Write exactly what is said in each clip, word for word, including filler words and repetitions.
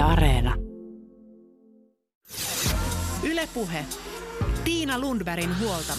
Areena. Yle Puhe. Tiina Lundbergin huoltamo.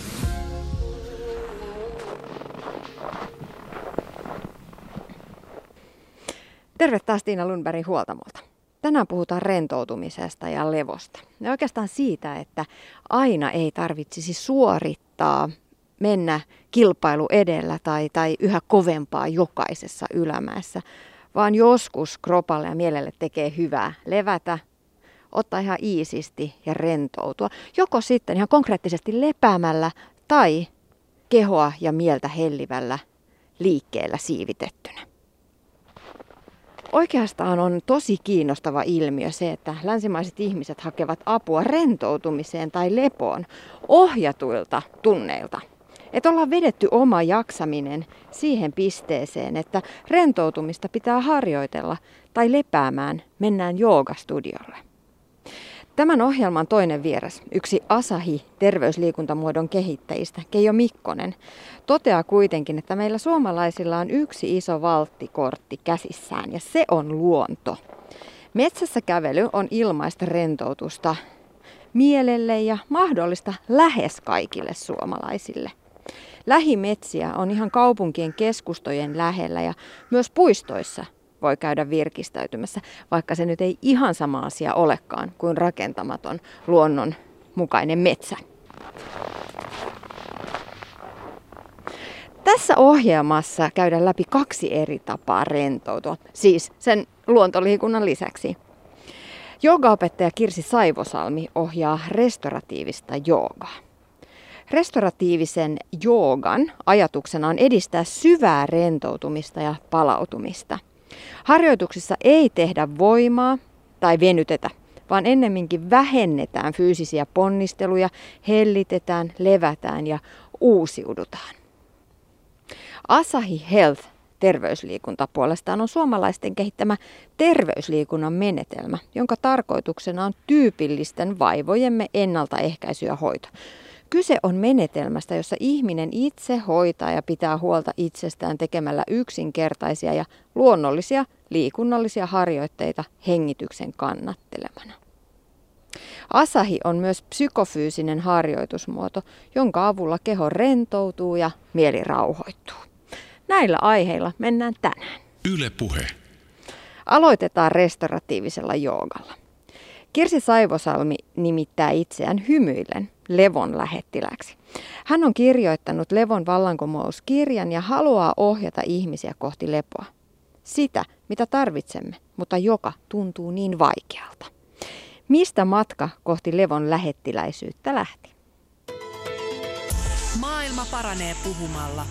Terve taas Tiina Lundbergin huoltamolta. Tänään puhutaan rentoutumisesta ja levosta. Ja oikeastaan siitä, että aina ei tarvitsisi suorittaa, mennä kilpailu edellä tai, tai yhä kovempaa jokaisessa ylämäessä, vaan joskus kropalle ja mielelle tekee hyvää levätä, ottaa ihan iisisti ja rentoutua. Joko sitten ihan konkreettisesti lepäämällä tai kehoa ja mieltä hellivällä liikkeellä siivitettynä. Oikeastaan on tosi kiinnostava ilmiö se, että länsimaiset ihmiset hakevat apua rentoutumiseen tai lepoon ohjatuilta tunneilta. Että ollaan vedetty oma jaksaminen siihen pisteeseen, että rentoutumista pitää harjoitella tai lepäämään mennään joogastudiolle. Tämän ohjelman toinen vieras, yksi Asahi-terveysliikuntamuodon kehittäjistä, Keijo Mikkonen, toteaa kuitenkin, että meillä suomalaisilla on yksi iso valttikortti käsissään ja se on luonto. Metsässä kävely on ilmaista rentoutusta mielelle ja mahdollista lähes kaikille suomalaisille. Lähimetsiä on ihan kaupunkien keskustojen lähellä ja myös puistoissa voi käydä virkistäytymässä, vaikka se nyt ei ihan sama asia olekaan kuin rakentamaton luonnon mukainen metsä. Tässä ohjelmassa käydään läpi kaksi eri tapaa rentoutua, siis sen luontoliikunnan lisäksi. Joogaopettaja Kirsi Saivosalmi ohjaa restoratiivista joogaa. Restoratiivisen joogan ajatuksena on edistää syvää rentoutumista ja palautumista. Harjoituksissa ei tehdä voimaa tai venytetä, vaan ennemminkin vähennetään fyysisiä ponnisteluja, hellitetään, levätään ja uusiudutaan. Asahi Health terveysliikunta puolestaan on suomalaisten kehittämä terveysliikunnan menetelmä, jonka tarkoituksena on tyypillisten vaivojemme ennaltaehkäisy ja hoito. Kyse on menetelmästä, jossa ihminen itse hoitaa ja pitää huolta itsestään tekemällä yksinkertaisia ja luonnollisia liikunnallisia harjoitteita hengityksen kannattelemana. Asahi on myös psykofyysinen harjoitusmuoto, jonka avulla keho rentoutuu ja mieli rauhoittuu. Näillä aiheilla mennään tänään. Yle Puhe. Aloitetaan restoratiivisella joogalla. Kirsi Saivosalmi nimittää itseään hymyillen levon lähettiläksi. Hän on kirjoittanut Levon vallankumouskirjan ja haluaa ohjata ihmisiä kohti lepoa. Sitä, mitä tarvitsemme, mutta joka tuntuu niin vaikealta. Mistä matka kohti levon lähettiläisyyttä lähti? Maailma paranee puhumalla.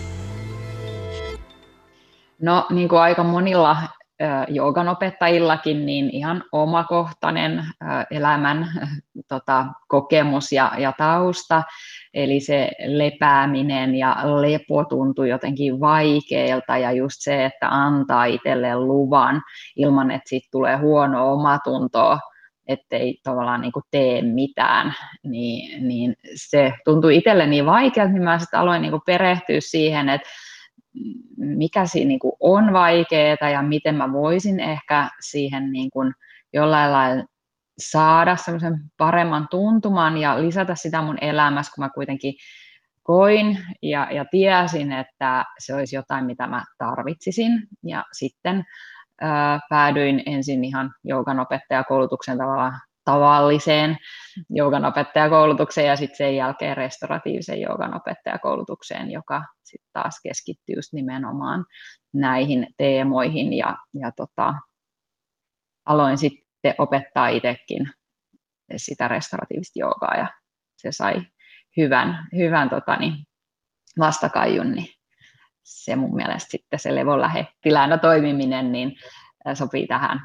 No niin kuin aika monilla joogan opettajillakin, niin ihan omakohtainen elämän tota, kokemus ja, ja tausta, eli se lepääminen ja lepo tuntui jotenkin vaikealta ja just se, että antaa itselleen luvan ilman, että siitä tulee huono omatuntoa, ettei tavallaan niin kuin tee mitään, niin, niin se tuntui itselle niin vaikealta, niin mä sitten aloin niin kuin perehtyä siihen, että mikä siinä niin kuin on vaikeaa ja miten mä voisin ehkä siihen niin kuin jollain lailla saada semmoisen paremman tuntuman ja lisätä sitä mun elämässä, kun mä kuitenkin koin ja, ja tiesin, että se olisi jotain, mitä mä tarvitsisin. Ja sitten ää, päädyin ensin ihan jooganopettajakoulutuksen tavallaan tavalliseen jooganopettajakoulutukseen ja sitten sen jälkeen restoratiivisen jooganopettajakoulutukseen, joka sitten taas keskittyy just nimenomaan näihin teemoihin ja, ja tota, aloin sitten opettaa itsekin sitä restoratiivista joogaa ja se sai hyvän, hyvän totani, vastakaijun, niin se mun mielestä sitten se levon lähettiläänä toimiminen niin sopii tähän.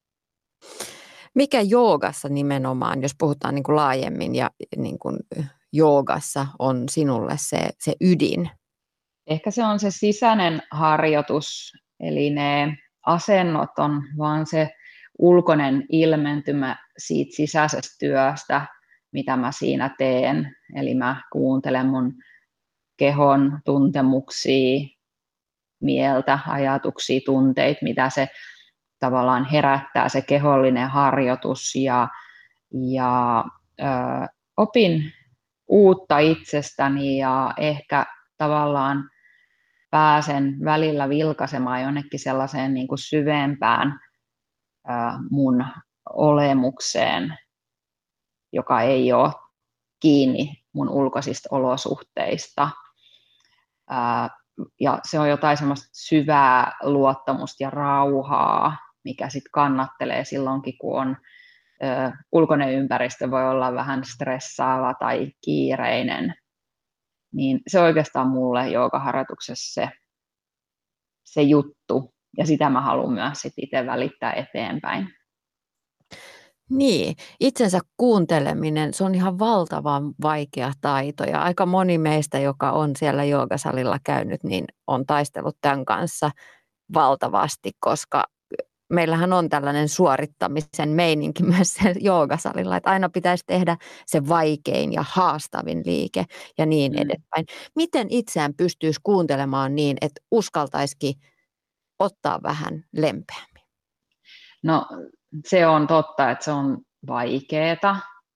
Mikä joogassa nimenomaan, jos puhutaan niin kuin laajemmin ja niin kuin joogassa on sinulle se, se ydin? Ehkä se on se sisäinen harjoitus, eli ne asennot on vaan se ulkoinen ilmentymä siitä sisäisestä työstä, mitä mä siinä teen. Eli mä kuuntelen mun kehon tuntemuksia, mieltä, ajatuksia, tunteita, mitä se tavallaan herättää se kehollinen harjoitus ja, ja ö, opin uutta itsestäni ja ehkä tavallaan pääsen välillä vilkaisemaan jonnekin sellaiseen niin kuin syvempään ö, mun olemukseen, joka ei ole kiinni mun ulkoisista olosuhteista. Ää, ja se on jotain semmoista syvää luottamusta ja rauhaa, mikä sitten kannattelee silloinkin, kun on ö, ulkoinen ympäristö voi olla vähän stressaava tai kiireinen. Niin se on oikeastaan mulle joogaharjoituksessa se, se juttu, ja sitä mä haluan myös sit itse välittää eteenpäin. Niin, itsensä kuunteleminen, se on ihan valtavan vaikea taito ja aika moni meistä, joka on siellä joogasalilla käynyt, niin on taistellut tämän kanssa valtavasti, koska meillähän on tällainen suorittamisen meininki myös siellä joogasalilla, että aina pitäisi tehdä se vaikein ja haastavin liike ja niin Mm. edespäin. Miten itseään pystyisi kuuntelemaan niin, että uskaltaisikin ottaa vähän lempeämmin? No se on totta, että se on vaikeeta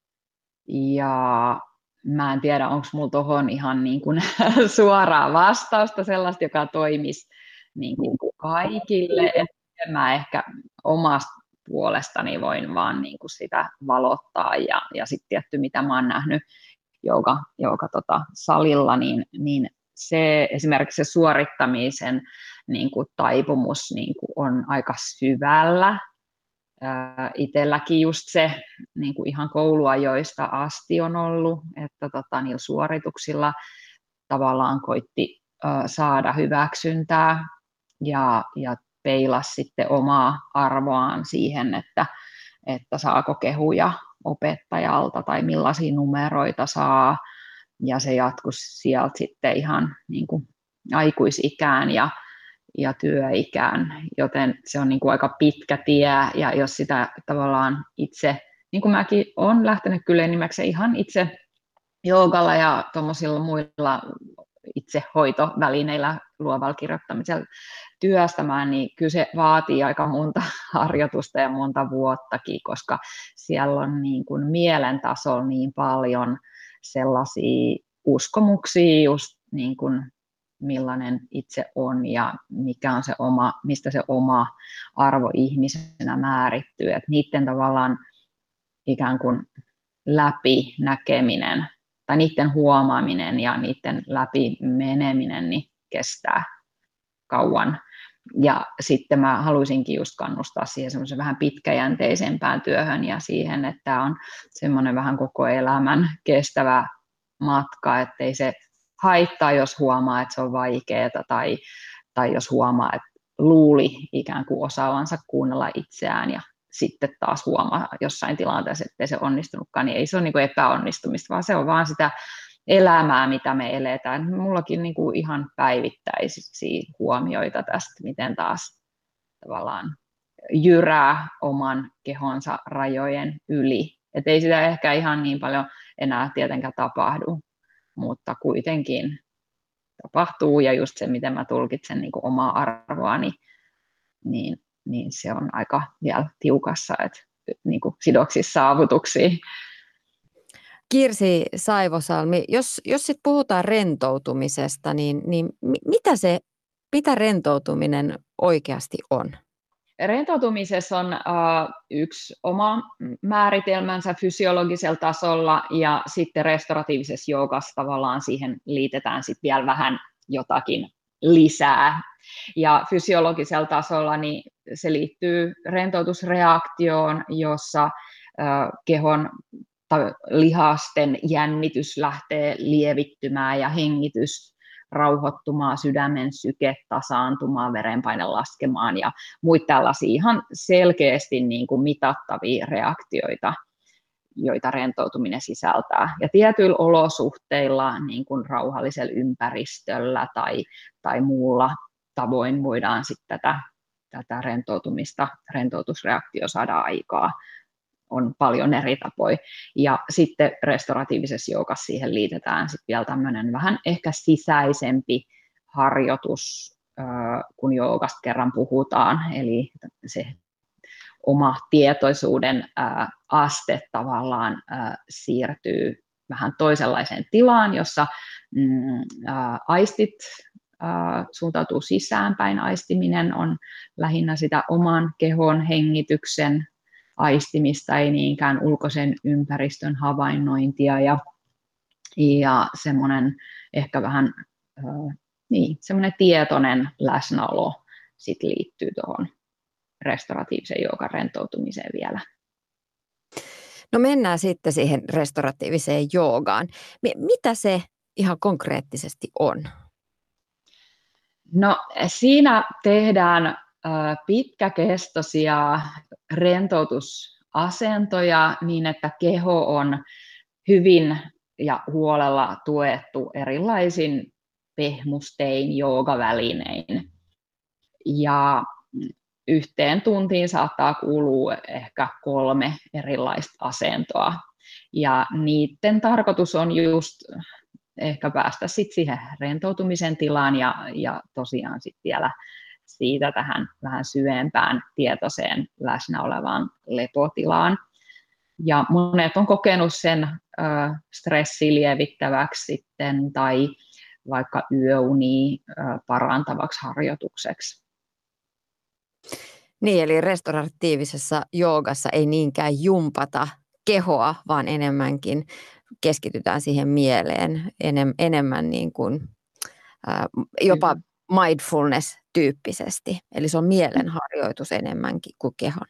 ja mä en tiedä, onko mulla tuohon ihan niin kuin suoraa vastausta sellaista, joka toimisi niin kuin kaikille. Että mä ehkä omasta puolestani voin vaan niin kuin sitä valottaa ja, ja sitten tietty, mitä mä oon nähnyt joka, joka tota, salilla, niin, niin se esimerkiksi se suorittamisen niin kuin taipumus niin kuin on aika syvällä. Itselläkin just se niin kuin ihan kouluajoista asti on ollut, että tota, niillä suorituksilla tavallaan koitti äh, saada hyväksyntää ja, ja peilasi sitten omaa arvoaan siihen, että, että saako kehuja opettajalta tai millaisia numeroita saa, ja se jatkuisi sieltä sitten ihan niin kuin aikuisikään ja ja työikään, joten se on niin kuin aika pitkä tie, ja jos sitä tavallaan itse, niin kuin mäkin olen lähtenyt kyllä enimmäkseen ihan itse joogalla ja tuommoisilla muilla itsehoitovälineillä, luovalla kirjoittamisella työstämään, niin kyllä se vaatii aika monta harjoitusta ja monta vuottakin, koska siellä on niin kuin mielen tasolla niin paljon sellaisia uskomuksia, just niin kuin millainen itse on ja mikä on se oma, mistä se oma arvo ihmisenä määrittyy. Että niiden tavallaan ikään kuin läpi näkeminen tai niiden huomaaminen ja niiden läpi meneminen niin kestää kauan. Ja sitten mä haluaisinkin just kannustaa siihen semmoisen vähän pitkäjänteisempään työhön ja siihen, että tämä on semmoinen vähän koko elämän kestävä matka, ettei se haittaa, jos huomaa, että se on vaikeaa, tai, tai jos huomaa, että luuli ikään kuin osaavansa kuunnella itseään, ja sitten taas huomaa jossain tilanteessa, ettei se onnistunutkaan, niin ei se ole niin kuin epäonnistumista, vaan se on vaan sitä elämää, mitä me eletään. Mullakin niin kuin ihan päivittäisiä huomioita tästä, miten taas tavallaan jyrää oman kehonsa rajojen yli. Et ei sitä ehkä ihan niin paljon enää tietenkään tapahdu, mutta kuitenkin tapahtuu, ja just se, miten mä tulkitsen niin kuin omaa arvoani, niin, niin se on aika vielä tiukassa, että niin kuin sidoksissa saavutuksiin. Kirsi Saivosalmi, jos, jos sit puhutaan rentoutumisesta, niin, niin mitä se, mitä rentoutuminen oikeasti on? Rentoutumisessa on uh, yksi oma määritelmänsä fysiologisella tasolla, ja sitten restauratiivisessa joogassa tavallaan siihen liitetään sitten vielä vähän jotakin lisää. Ja fysiologisella tasolla niin se liittyy rentoutusreaktioon, jossa uh, kehon tai lihasten jännitys lähtee lievittymään ja hengitys rauhoittumaan, sydämen syke tasaantumaan, verenpaine laskemaan ja muita tällaisia ihan selkeästi niin kuin mitattavia reaktioita, joita rentoutuminen sisältää. Ja tietyillä olosuhteilla, niin kuin rauhallisella ympäristöllä tai, tai muulla tavoin voidaan sitten tätä, tätä rentoutumista, rentoutusreaktio saada aikaa. On paljon eri tapoja. Ja sitten restauratiivisessa joogassa siihen liitetään sitten vielä tämmöinen vähän ehkä sisäisempi harjoitus, kun joogasta kerran puhutaan. Eli se oma tietoisuuden ää, aste tavallaan ää, siirtyy vähän toisenlaiseen tilaan, jossa mm, ää, aistit ää, suuntautuu sisäänpäin. Aistiminen on lähinnä sitä oman kehon hengityksen aistimista, ei niinkään ulkoisen ympäristön havainnointia, ja, ja semmoinen ehkä vähän ää, niin, semmoinen tietoinen läsnäolo sit liittyy tuohon restauratiivisen joogan rentoutumiseen vielä. No mennään sitten siihen restauratiiviseen joogaan. Mitä se ihan konkreettisesti on? No siinä tehdään pitkäkestoisia rentoutusasentoja niin, että keho on hyvin ja huolella tuettu erilaisin pehmustein, joogavälinein. Ja yhteen tuntiin saattaa kulua ehkä kolme erilaista asentoa. Ja niiden tarkoitus on just ehkä päästä sit siihen rentoutumisen tilaan ja, ja tosiaan sit vielä siitä tähän vähän syvempään tietoiseen läsnä olevaan lepotilaan. Ja monet on kokenut sen ö, stressiä lievittäväksi sitten tai vaikka yöunia ö, parantavaksi harjoitukseksi. Niin, eli restauratiivisessa joogassa ei niinkään jumpata kehoa, vaan enemmänkin keskitytään siihen mieleen, enem, enemmän niin kuin, ää, jopa mindfulness-tyyppisesti. Eli se on mielenharjoitus enemmänkin kuin kehon.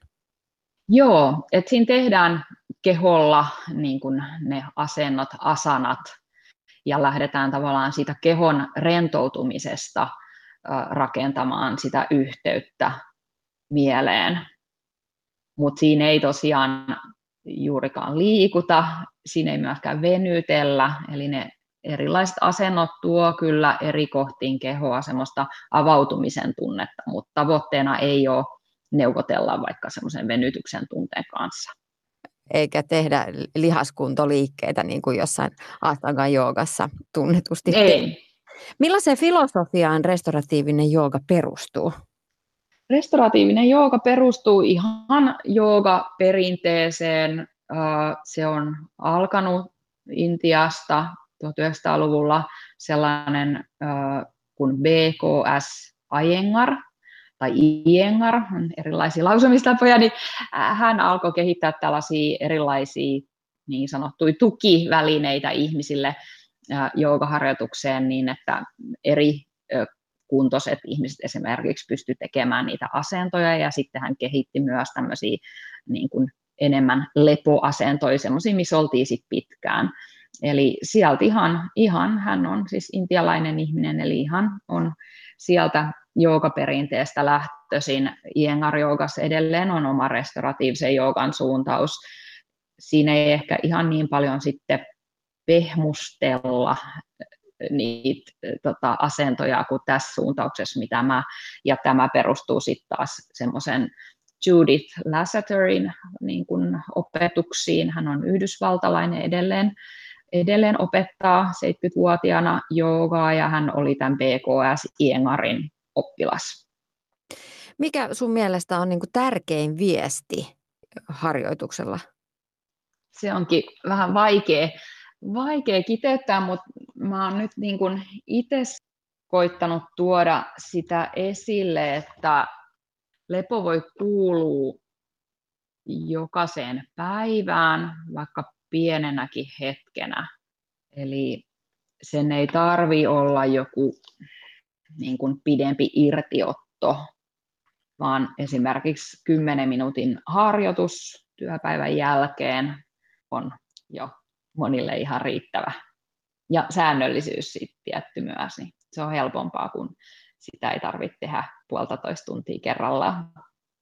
Joo, että siinä tehdään keholla niin kuin ne asennot, asanat, ja lähdetään tavallaan siitä kehon rentoutumisesta ää, rakentamaan sitä yhteyttä mieleen. Mutta siinä ei tosiaan juurikaan liikuta, siinä ei myöskään venytellä, eli ne erilaiset asennot tuo kyllä eri kohtiin kehoa semmoista avautumisen tunnetta, mutta tavoitteena ei ole neuvotella vaikka semmoisen venytyksen tunteen kanssa. Eikä tehdä lihaskuntoliikkeitä niin kuin jossain Ashtanga joogassa tunnetusti. Ei. Millaiseen filosofiaan restauratiivinen jooga perustuu? Restauratiivinen jooga perustuu ihan jooga-perinteeseen. Se on alkanut Intiasta tuhatyhdeksänsataaluvulla sellainen kuin B K S Iyengar tai Iyengar, on erilaisia lausumistapoja, niin hän alkoi kehittää tällaisia erilaisia niin sanottuja tukivälineitä ihmisille joogaharjoitukseen niin, että eri kuntoiset ihmiset esimerkiksi pysty tekemään niitä asentoja, ja sitten hän kehitti myös tämmöisiä niin kuin enemmän lepoasentoja, semmoisia, missä oltiin sit pitkään. Eli sieltä ihan, ihan, hän on siis intialainen ihminen, eli ihan on sieltä joogaperinteestä lähtöisin. Iyengar-joogassa edelleen on oma restauratiivisen joogan suuntaus. Siinä ei ehkä ihan niin paljon sitten pehmustella niitä tota, asentoja kuin tässä suuntauksessa, mitä mä, ja tämä perustuu sitten taas semmoisen Judith Lasseterin niin kuin opetuksiin. Hän on yhdysvaltalainen edelleen, edelleen opettaa seitsemänkymmentävuotiaana joogaa, ja hän oli tämän B K S Iyengarin oppilas. Mikä sun mielestä on niin kuin tärkein viesti harjoituksella? Se onkin vähän vaikea, vaikea kiteyttää, mutta mä oon nyt niin kuin itse koittanut tuoda sitä esille, että lepo voi kuulua jokaiseen päivään, vaikka pienenäkin hetkenä. Eli sen ei tarvi olla joku niin kuin pidempi irtiotto, vaan esimerkiksi kymmenen minuutin harjoitus työpäivän jälkeen on jo monille ihan riittävä. Ja säännöllisyys sitten tietty myös, niin se on helpompaa, kun sitä ei tarvitse tehdä puolitoista tuntia kerrallaan.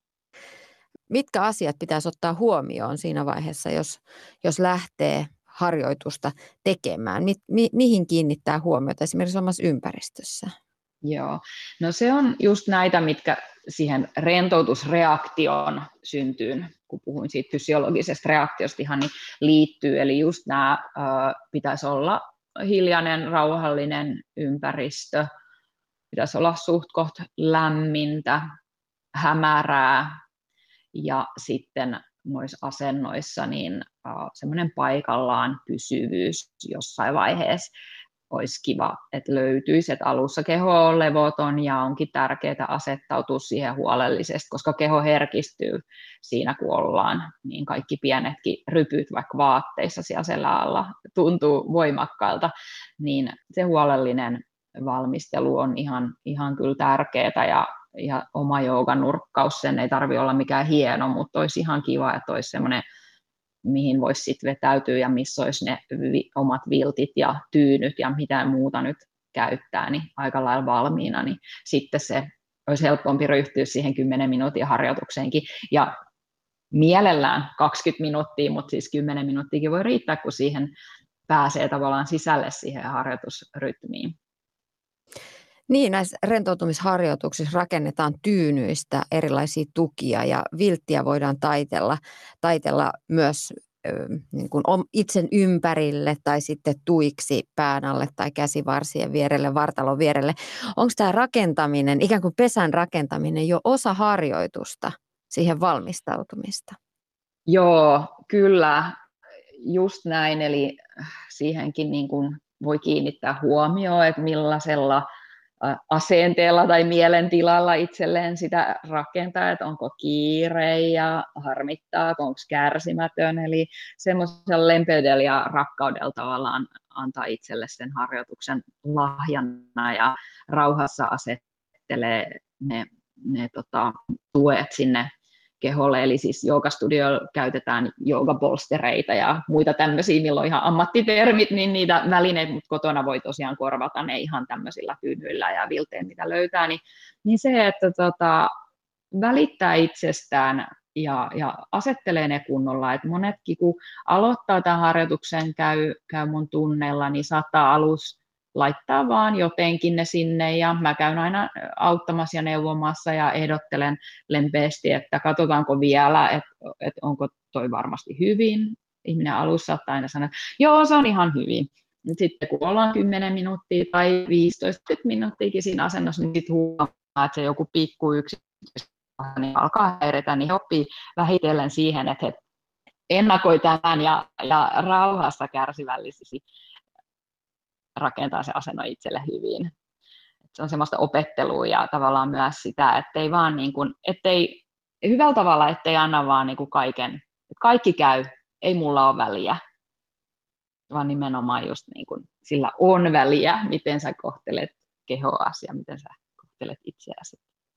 Mitkä asiat pitäisi ottaa huomioon siinä vaiheessa, jos, jos lähtee harjoitusta tekemään? Mi, mi, mihin kiinnittää huomiota esimerkiksi omassa ympäristössä? Joo, no se on just näitä, mitkä siihen rentoutusreaktioon syntyy, kun puhuin siitä fysiologisesta reaktiosta ihan, niin liittyy. Eli just nämä ö, pitäisi olla hiljainen, rauhallinen ympäristö, pitäisi olla suht koht lämmintä, hämärää, ja sitten noissa asennoissa niin semmoinen paikallaan pysyvyys jossain vaiheessa olisi kiva, että löytyisi, että alussa keho on levoton ja onkin tärkeää asettautua siihen huolellisesti, koska keho herkistyy siinä, kun ollaan, niin kaikki pienetkin rypyt vaikka vaatteissa siellä selän alla tuntuu voimakkailta, niin se huolellinen valmistelu on ihan, ihan kyllä tärkeää ja, ja oma jooganurkkaus, sen ei tarvitse olla mikään hieno, mutta olisi ihan kiva, että olisi semmoinen, mihin voisi sitten vetäytyä ja missä olisi ne vi- omat viltit ja tyynyt ja mitä muuta nyt käyttää, niin aika lailla valmiina, niin sitten se olisi helpompi ryhtyä siihen kymmenen minuutin harjoitukseenkin. Ja mielellään kaksikymmentä minuuttia, mutta siis kymmenen minuuttiakin voi riittää, kun siihen pääsee tavallaan sisälle siihen harjoitusrytmiin. Niin, näissä rentoutumisharjoituksissa rakennetaan tyynyistä erilaisia tukia ja vilttiä voidaan taitella, taitella myös ö, niin kuin itsen ympärille tai sitten tuiksi pään alle tai käsivarsien vierelle, vartalon vierelle. Onko tämä rakentaminen, ikään kuin pesän rakentaminen jo osa harjoitusta siihen valmistautumista? Joo, kyllä, just näin, eli siihenkin niin kuin voi kiinnittää huomioon, että millaisella asenteella tai mielentilalla itselleen sitä rakentaa, että onko kiire ja harmittaa, onko kärsimätön, eli semmoisella lempeydellä ja rakkaudella tavallaan antaa itselle sen harjoituksen lahjana ja rauhassa asettelee ne, ne tota, tuet sinne keholle, eli siis joogastudioilla käytetään joogapolstereita ja muita tämmöisiä, milloin ihan ammattitermit, niin niitä välineitä, mutta kotona voi tosiaan korvata ne ihan tämmöisillä tyynyillä ja vilteen, mitä löytää, niin, niin se, että tota, välittää itsestään ja, ja asettelee ne kunnolla, että monetkin, kun aloittaa tämän harjoituksen, käy, käy mun tunneilla, niin saattaa alus laittaa vaan jotenkin ne sinne ja mä käyn aina auttamassa ja neuvomassa ja ehdottelen lempeästi, että katsotaanko vielä, että, että onko toi varmasti hyvin. Ihminen alussa saattaa aina sanoa, että joo, se on ihan hyvin. Sitten kun ollaan kymmenen minuuttia tai viisitoista minuuttiakin siinä asennossa, niin sitten huomaa, että se joku pikku yksityis niin alkaa häiritä, niin oppii vähitellen siihen, että he ennakoi tämän ja, ja rauhassa kärsivällisesti rakentaa se asento itselle hyvin. Se on semmoista opettelua ja tavallaan myös sitä, ettei vaan niin kuin, ettei, hyvällä tavalla, ettei anna vaan niin kuin kaiken, että kaikki käy, ei mulla ole väliä, vaan nimenomaan just niin kuin sillä on väliä, miten sä kohtelet kehoasi ja miten sä kohtelet itseäsi.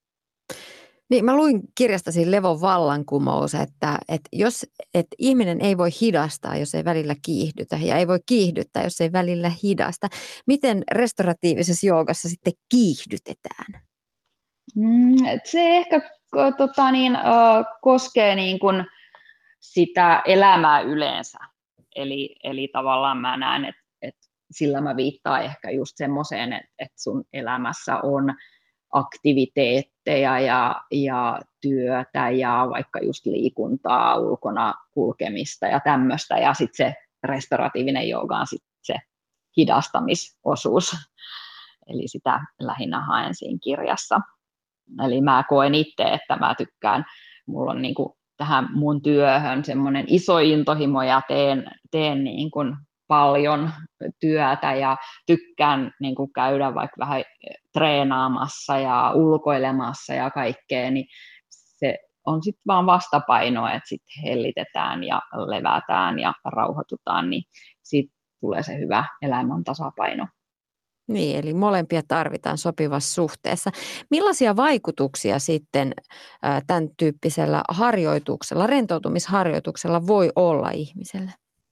Niin, mä luin kirjastasi Levon vallankumous, että, että jos että ihminen ei voi hidastaa, jos ei välillä kiihdytä, ja ei voi kiihdyttää, jos ei välillä hidasta. Miten restauratiivisessa joogassa sitten kiihdytetään? Mm, se ehkä tota, niin, koskee niin kuin sitä elämää yleensä. Eli, eli tavallaan mä näen, että, että sillä mä viittaan ehkä just semmoiseen, että, että sun elämässä on aktiviteetteja ja, ja työtä ja vaikka just liikuntaa, ulkona kulkemista ja tämmöistä. Ja sitten se restauratiivinen jooga on sitten se hidastamisosuus. Eli sitä lähinnä haen siinä kirjassa. Eli mä koen itse, että mä tykkään, mulla on niinku tähän mun työhön semmoinen iso intohimo ja teen, teen niin kuin paljon työtä ja tykkään niin kuin käydä vaikka vähän treenaamassa ja ulkoilemassa ja kaikkea, niin se on sitten vaan vastapaino, että sitten hellitetään ja levätään ja rauhoitutaan, niin siitä tulee se hyvä elämän tasapaino. Niin, eli molempia tarvitaan sopivassa suhteessa. Millaisia vaikutuksia sitten tämän tyyppisellä harjoituksella, rentoutumisharjoituksella voi olla ihmiselle?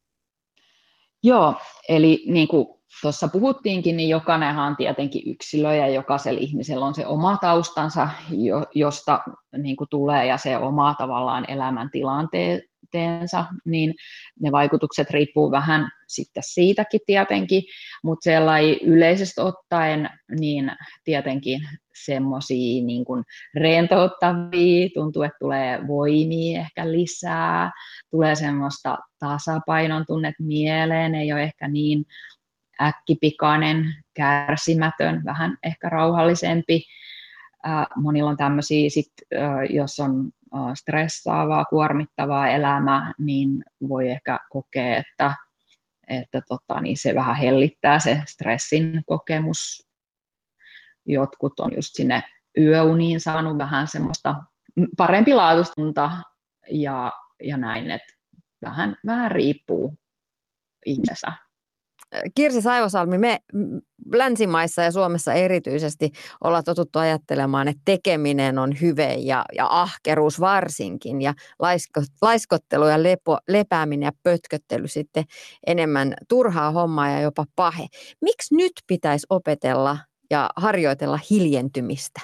Joo, eli niin kuin tuossa puhuttiinkin, niin jokainenhan on tietenkin yksilö ja jokaisella ihmisellä on se oma taustansa, josta niin kuin tulee ja se oma tavallaan elämäntilanteensa, niin ne vaikutukset riippuu vähän sitten siitäkin tietenkin, mutta sellainen yleisesti ottaen, niin tietenkin semmoisia niin kuin rentouttavia, tuntuu, että tulee voimia ehkä lisää, tulee semmoista tasapainon tunnet mieleen, ei ole ehkä niin äkkipikainen, kärsimätön, vähän ehkä rauhallisempi. Monilla on tämmöisiä, sit, jos on stressaavaa, kuormittavaa elämää, niin voi ehkä kokea, että, että tota, niin se vähän hellittää se stressin kokemus. Jotkut on just sinne yöuniin saanut vähän semmoista parempi laatusta ja, ja näin, että vähän, vähän riippuu ihmisestä. Kirsi Saivosalmi, me länsimaissa ja Suomessa erityisesti ollaan totuttu ajattelemaan, että tekeminen on hyve ja, ja ahkeruus varsinkin ja laisko, laiskottelu ja lepo, lepääminen ja pötköttely sitten enemmän turhaa hommaa ja jopa pahe. Miksi nyt pitäisi opetella ja harjoitella hiljentymistä?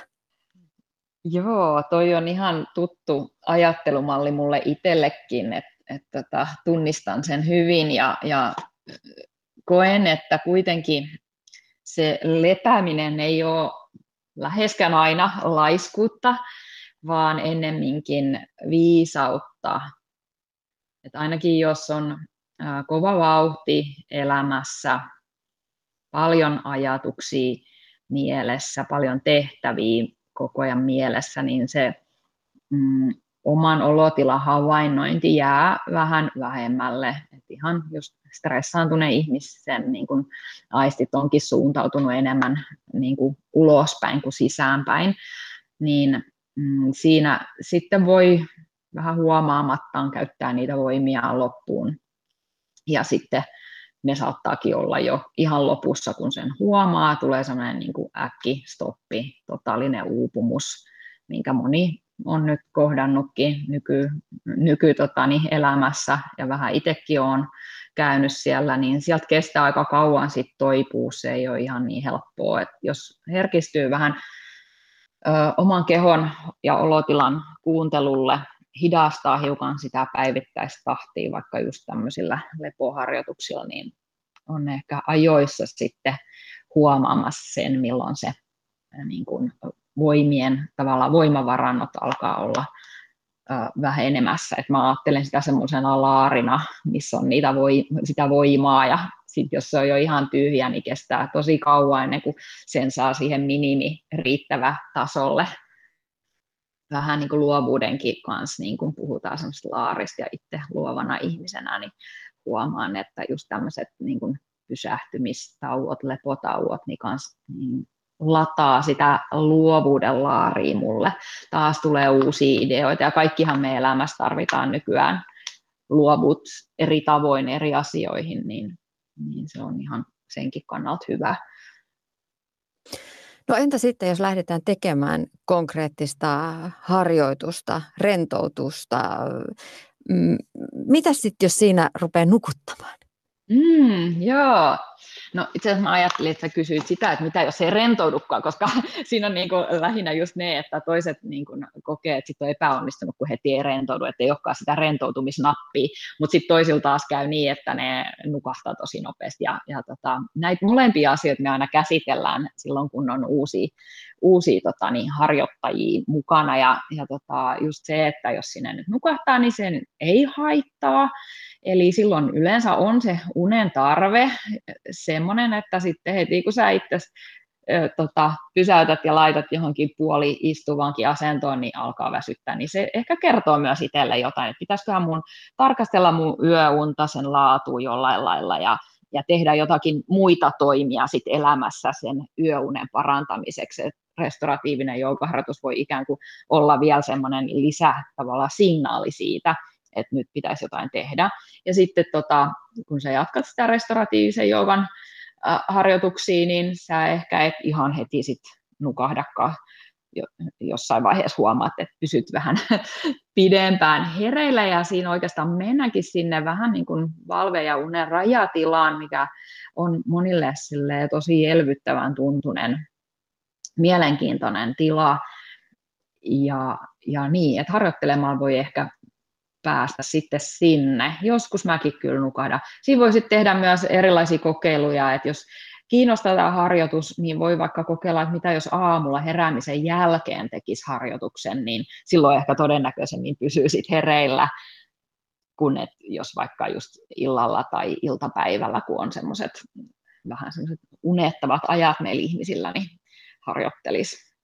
Joo, toi on ihan tuttu ajattelumalli mulle itsellekin, että et, tota, tunnistan sen hyvin ja, ja koen, että kuitenkin se lepääminen ei ole läheskään aina laiskuutta, vaan ennemminkin viisautta. Että ainakin jos on kova vauhti elämässä, paljon ajatuksia mielessä, paljon tehtäviä koko ajan mielessä, niin se mm, oman olotilan havainnointi jää vähän vähemmälle. Et ihan just stressaantuneen ihmisen niin kun aistit onkin suuntautunut enemmän niin kun ulospäin kuin sisäänpäin, niin mm, siinä sitten voi vähän huomaamattaan käyttää niitä voimia loppuun. Ja sitten ne saattaakin olla jo ihan lopussa, kun sen huomaa, tulee sellainen niin kuin äkki, stoppi, totaalinen uupumus, minkä moni on nyt kohdannutkin nyky, nyky totani, elämässä ja vähän itsekin olen käynyt siellä, niin sieltä kestää aika kauan sit toipua, se ei ole ihan niin helppoa, että jos herkistyy vähän ö, oman kehon ja olotilan kuuntelulle, hidastaa hiukan sitä päivittäistä tahtia vaikka just tämmöisillä lepoharjoituksilla, niin on ehkä ajoissa sitten huomaamassa sen, milloin se niin kuin voimien tavallaan voimavarannot alkaa olla vähenemässä. Et mä ajattelen sitä semmoisena laarina, missä on niitä voi, sitä voimaa ja sitten jos se on jo ihan tyhjä, niin kestää tosi kauan ennen kuin sen saa siihen minimi riittävä tasolle. Vähän niin kuin luovuudenkin kanssa, niin kuin puhutaan semmoista laarista ja itse luovana ihmisenä, niin huomaan, että just tämmöiset niin kuin pysähtymistauot, lepotauot, niin kans niin lataa sitä luovuuden laaria mulle. Taas tulee uusia ideoita ja kaikkihan me elämässä tarvitaan nykyään luovut eri tavoin eri asioihin, niin, niin se on ihan senkin kannalta hyvä. No entä sitten, jos lähdetään tekemään konkreettista harjoitusta, rentoutusta, mitä sitten, jos siinä rupeaa nukuttamaan? Mm, joo. No itse asiassa mä ajattelin, että sä kysyit sitä, että mitä jos ei rentoudukaan, koska siinä on niin kuin lähinnä just ne, että toiset niin kuin kokee, että sit on epäonnistunut, kun heti ei rentoudu, että ei olekaan sitä rentoutumisnappia, mutta sitten toisilla taas käy niin, että ne nukahtaa tosi nopeasti. Ja, ja tota, näitä molempia asioita me aina käsitellään silloin, kun on uusia, uusia tota, niin, harjoittajia mukana. Ja, ja tota, just se, että jos sinne nyt nukahtaa, niin sen ei haittaa. Eli silloin yleensä on se unen tarve semmoinen, että sitten heti kun sä itse tota, pysäytät ja laitat johonkin puoli istuvankin asentoon, niin alkaa väsyttää, niin se ehkä kertoo myös itselle jotain, että pitäisiköhän mun tarkastella mun yöunta, sen laatu jollain lailla ja, ja tehdä jotakin muita toimia sit elämässä sen yöunen parantamiseksi. Et restauratiivinen joogaharjoitus voi ikään kuin olla vielä semmoinen lisä tavallaan signaali siitä, että nyt pitäisi jotain tehdä. Ja sitten tota, kun sä jatkat sitä restauratiivisen joogan äh, harjoituksia, niin sä ehkä et ihan heti sit nukahdakaan. Jossain vaiheessa huomaat, että pysyt vähän pidempään hereillä ja siinä oikeastaan mennäänkin sinne vähän niin kuin valve- ja unen rajatilaan, mikä on monille tosi elvyttävän tuntunen, mielenkiintoinen tila. Ja, ja niin, että harjoittelemaan voi ehkä päästä sitten sinne. Joskus mäkin kyllä nukahdan. Siinä voi sitten tehdä myös erilaisia kokeiluja, että jos kiinnostaa tämä harjoitus, niin voi vaikka kokeilla, että mitä jos aamulla heräämisen jälkeen tekisi harjoituksen, niin silloin ehkä todennäköisemmin pysyy sitten hereillä, kun et, jos vaikka just illalla tai iltapäivällä, kun on semmoiset vähän semmoiset unettavat ajat meillä ihmisillä, niin harjoittelisi.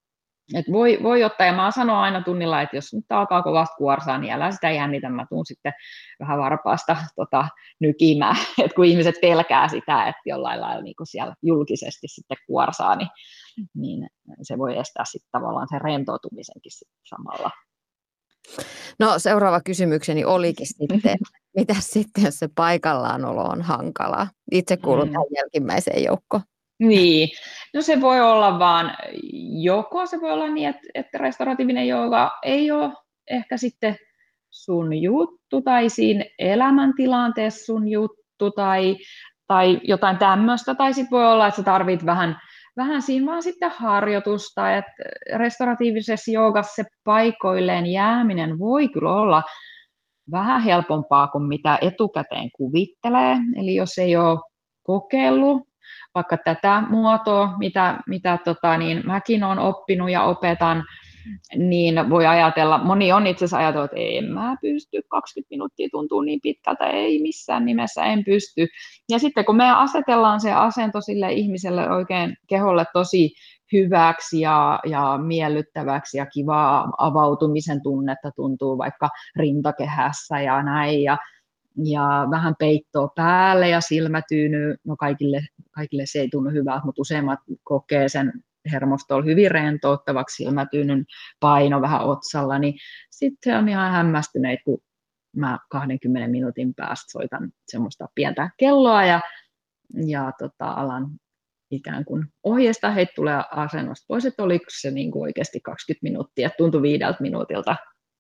Et voi, voi ottaa, ja mä sanon aina tunnilla, että jos nyt alkaa kovasti kuorsaa, niin älä sitä jännitä, mä tuun sitten vähän varpaasta tota, nykimään, että kun ihmiset pelkää sitä, että jollain lailla niin kun siellä julkisesti sitten kuorsaa, niin, niin se voi estää sitten tavallaan sen rentoutumisenkin sitten samalla. No seuraava kysymykseni olikin sitten, mitä sitten, jos se paikallaanolo on hankalaa? Itse kuulun tähän mm. jälkimmäiseen joukkoon. Niin, no se voi olla vaan, joko se voi olla niin, että, että restauratiivinen jooga ei ole ehkä sitten sun juttu, tai siinä elämäntilanteessa sun juttu, tai, tai jotain tämmöistä, tai sitten voi olla, että sä tarvit vähän, vähän siinä vaan sitten harjoitusta, että restauratiivisessa joogassa se paikoilleen jääminen voi kyllä olla vähän helpompaa kuin mitä etukäteen kuvittelee, eli jos ei ole kokeillut vaikka tätä muotoa, mitä, mitä tota, niin mäkin olen oppinut ja opetan, niin voi ajatella, moni on itse asiassa ajatellut, että en mä pysty, kaksikymmentä minuuttia tuntuu niin pitkältä, ei missään nimessä en pysty. Ja sitten kun me asetellaan se asento sille ihmiselle oikein keholle tosi hyväksi ja, ja miellyttäväksi ja kivaa avautumisen tunnetta tuntuu vaikka rintakehässä ja näin, ja ja vähän peittoa päälle ja silmätyyny, no kaikille, kaikille se ei tunnu hyvältä, mutta useimmat kokee sen hermostolla hyvin rentouttavaksi, silmätyynyn paino vähän otsalla, niin sitten on ihan hämmästyneet, kun mä kahdenkymmenen minuutin päästä soitan semmoista pientä kelloa ja, ja tota, alan ikään kuin ohjeistaa, heitä tulee asennosta pois, että oliko se niin kuin oikeasti kaksikymmentä minuuttia, tuntui viideltä minuutilta.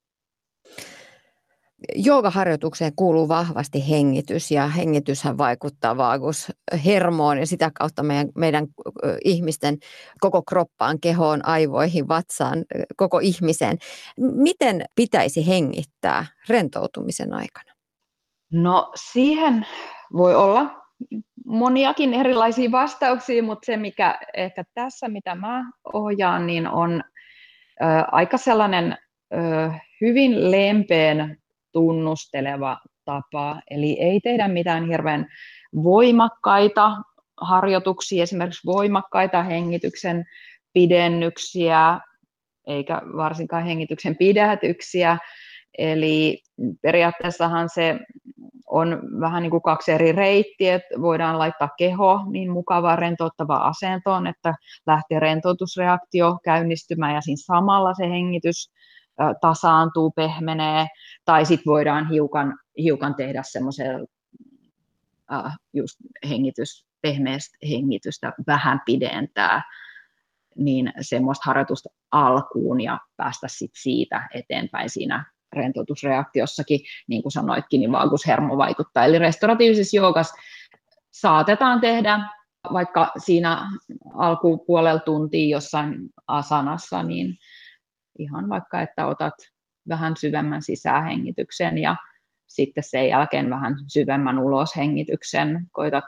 Joogaharjoitukseen kuuluu vahvasti hengitys, ja hengityshän vaikuttaa vaagushermoon ja sitä kautta meidän, meidän ihmisten koko kroppaan, kehoon, aivoihin, vatsaan, koko ihmiseen. Miten pitäisi hengittää rentoutumisen aikana? No siihen voi olla moniakin erilaisia vastauksia, mutta se mikä ehkä tässä, mitä mä ohjaan, niin on ö, aika sellainen ö, hyvin lempeän tunnusteleva tapa, eli ei tehdä mitään hirveän voimakkaita harjoituksia, esimerkiksi voimakkaita hengityksen pidennyksiä, eikä varsinkaan hengityksen pidätyksiä, eli periaatteessahan se on vähän niin kuin kaksi eri reittiä, että voidaan laittaa keho niin mukavaan rentouttavaan asentoon, että lähtee rentoutusreaktio käynnistymään ja siinä samalla se hengitys tasaantuu, pehmenee, tai sitten voidaan hiukan, hiukan tehdä semmoisen äh, just hengitys, pehmeästä hengitystä vähän pidentää, niin semmoista harjoitusta alkuun ja päästä sitten siitä eteenpäin siinä rentoutusreaktiossakin, niin kuin sanoitkin, niin vaagushermo vaikuttaa. Eli restauratiivisessa joogassa saatetaan tehdä vaikka siinä alkupuolella tuntia jossain asanassa, niin ihan vaikka, että otat vähän syvemmän sisähengityksen ja sitten sen jälkeen vähän syvemmän uloshengityksen. Koitat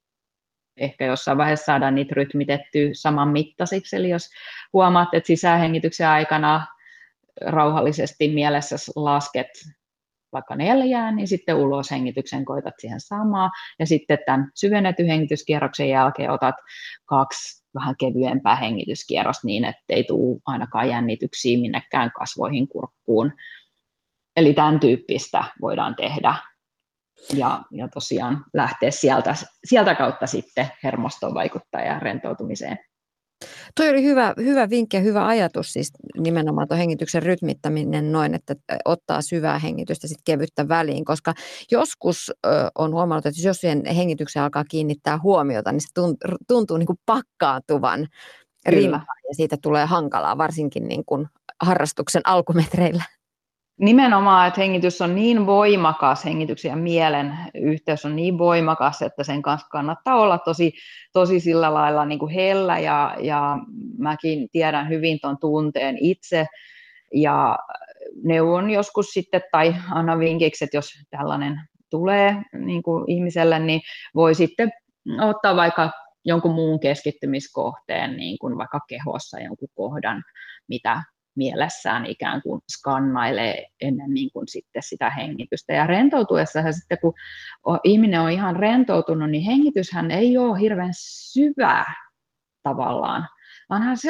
ehkä jossain vaiheessa saada niitä rytmitettyä saman mittaisiksi. Eli jos huomaat, että sisähengityksen aikana rauhallisesti mielessä lasket vaikka neljään, niin sitten uloshengityksen koitat siihen samaa. Ja sitten tämän syvennetyn hengityskierroksen jälkeen otat kaksi vähän kevyempää hengityskierrosta niin, ettei tule ainakaan jännityksiä minnekään kasvoihin, kurkkuun. Eli tämän tyyppistä voidaan tehdä. Ja, ja tosiaan lähteä sieltä, sieltä kautta sitten hermostoon vaikuttaa ja rentoutumiseen. Toi oli hyvä, hyvä vinkki ja hyvä ajatus, siis nimenomaan tuo hengityksen rytmittäminen noin, että ottaa syvää hengitystä sitten kevyttä väliin, koska joskus ö, on huomannut, että jos siihen hengitykseen alkaa kiinnittää huomiota, niin se tuntuu, tuntuu niin kuin pakkaantuvan rintaan ja siitä tulee hankalaa, varsinkin niin kuin harrastuksen alkumetreillä. Nimenomaan, että hengitys on niin voimakas, hengityksen ja mielen yhteys on niin voimakas, että sen kanssa kannattaa olla tosi, tosi sillä lailla niin kuin hellä, ja, ja mäkin tiedän hyvin tuon tunteen itse, ja neuvon joskus sitten, tai annan vinkiksi, että jos tällainen tulee niin kuin ihmiselle, niin voi sitten ottaa vaikka jonkun muun keskittymiskohteen, niin kuin vaikka kehossa jonkun kohdan, mitä mielessään ikään kuin skannailee ennen niin kuin sitten sitä hengitystä. Ja rentoutuessa sitten, kun ihminen on ihan rentoutunut, niin hengityshän ei ole hirveän syvää tavallaan, vanhan se on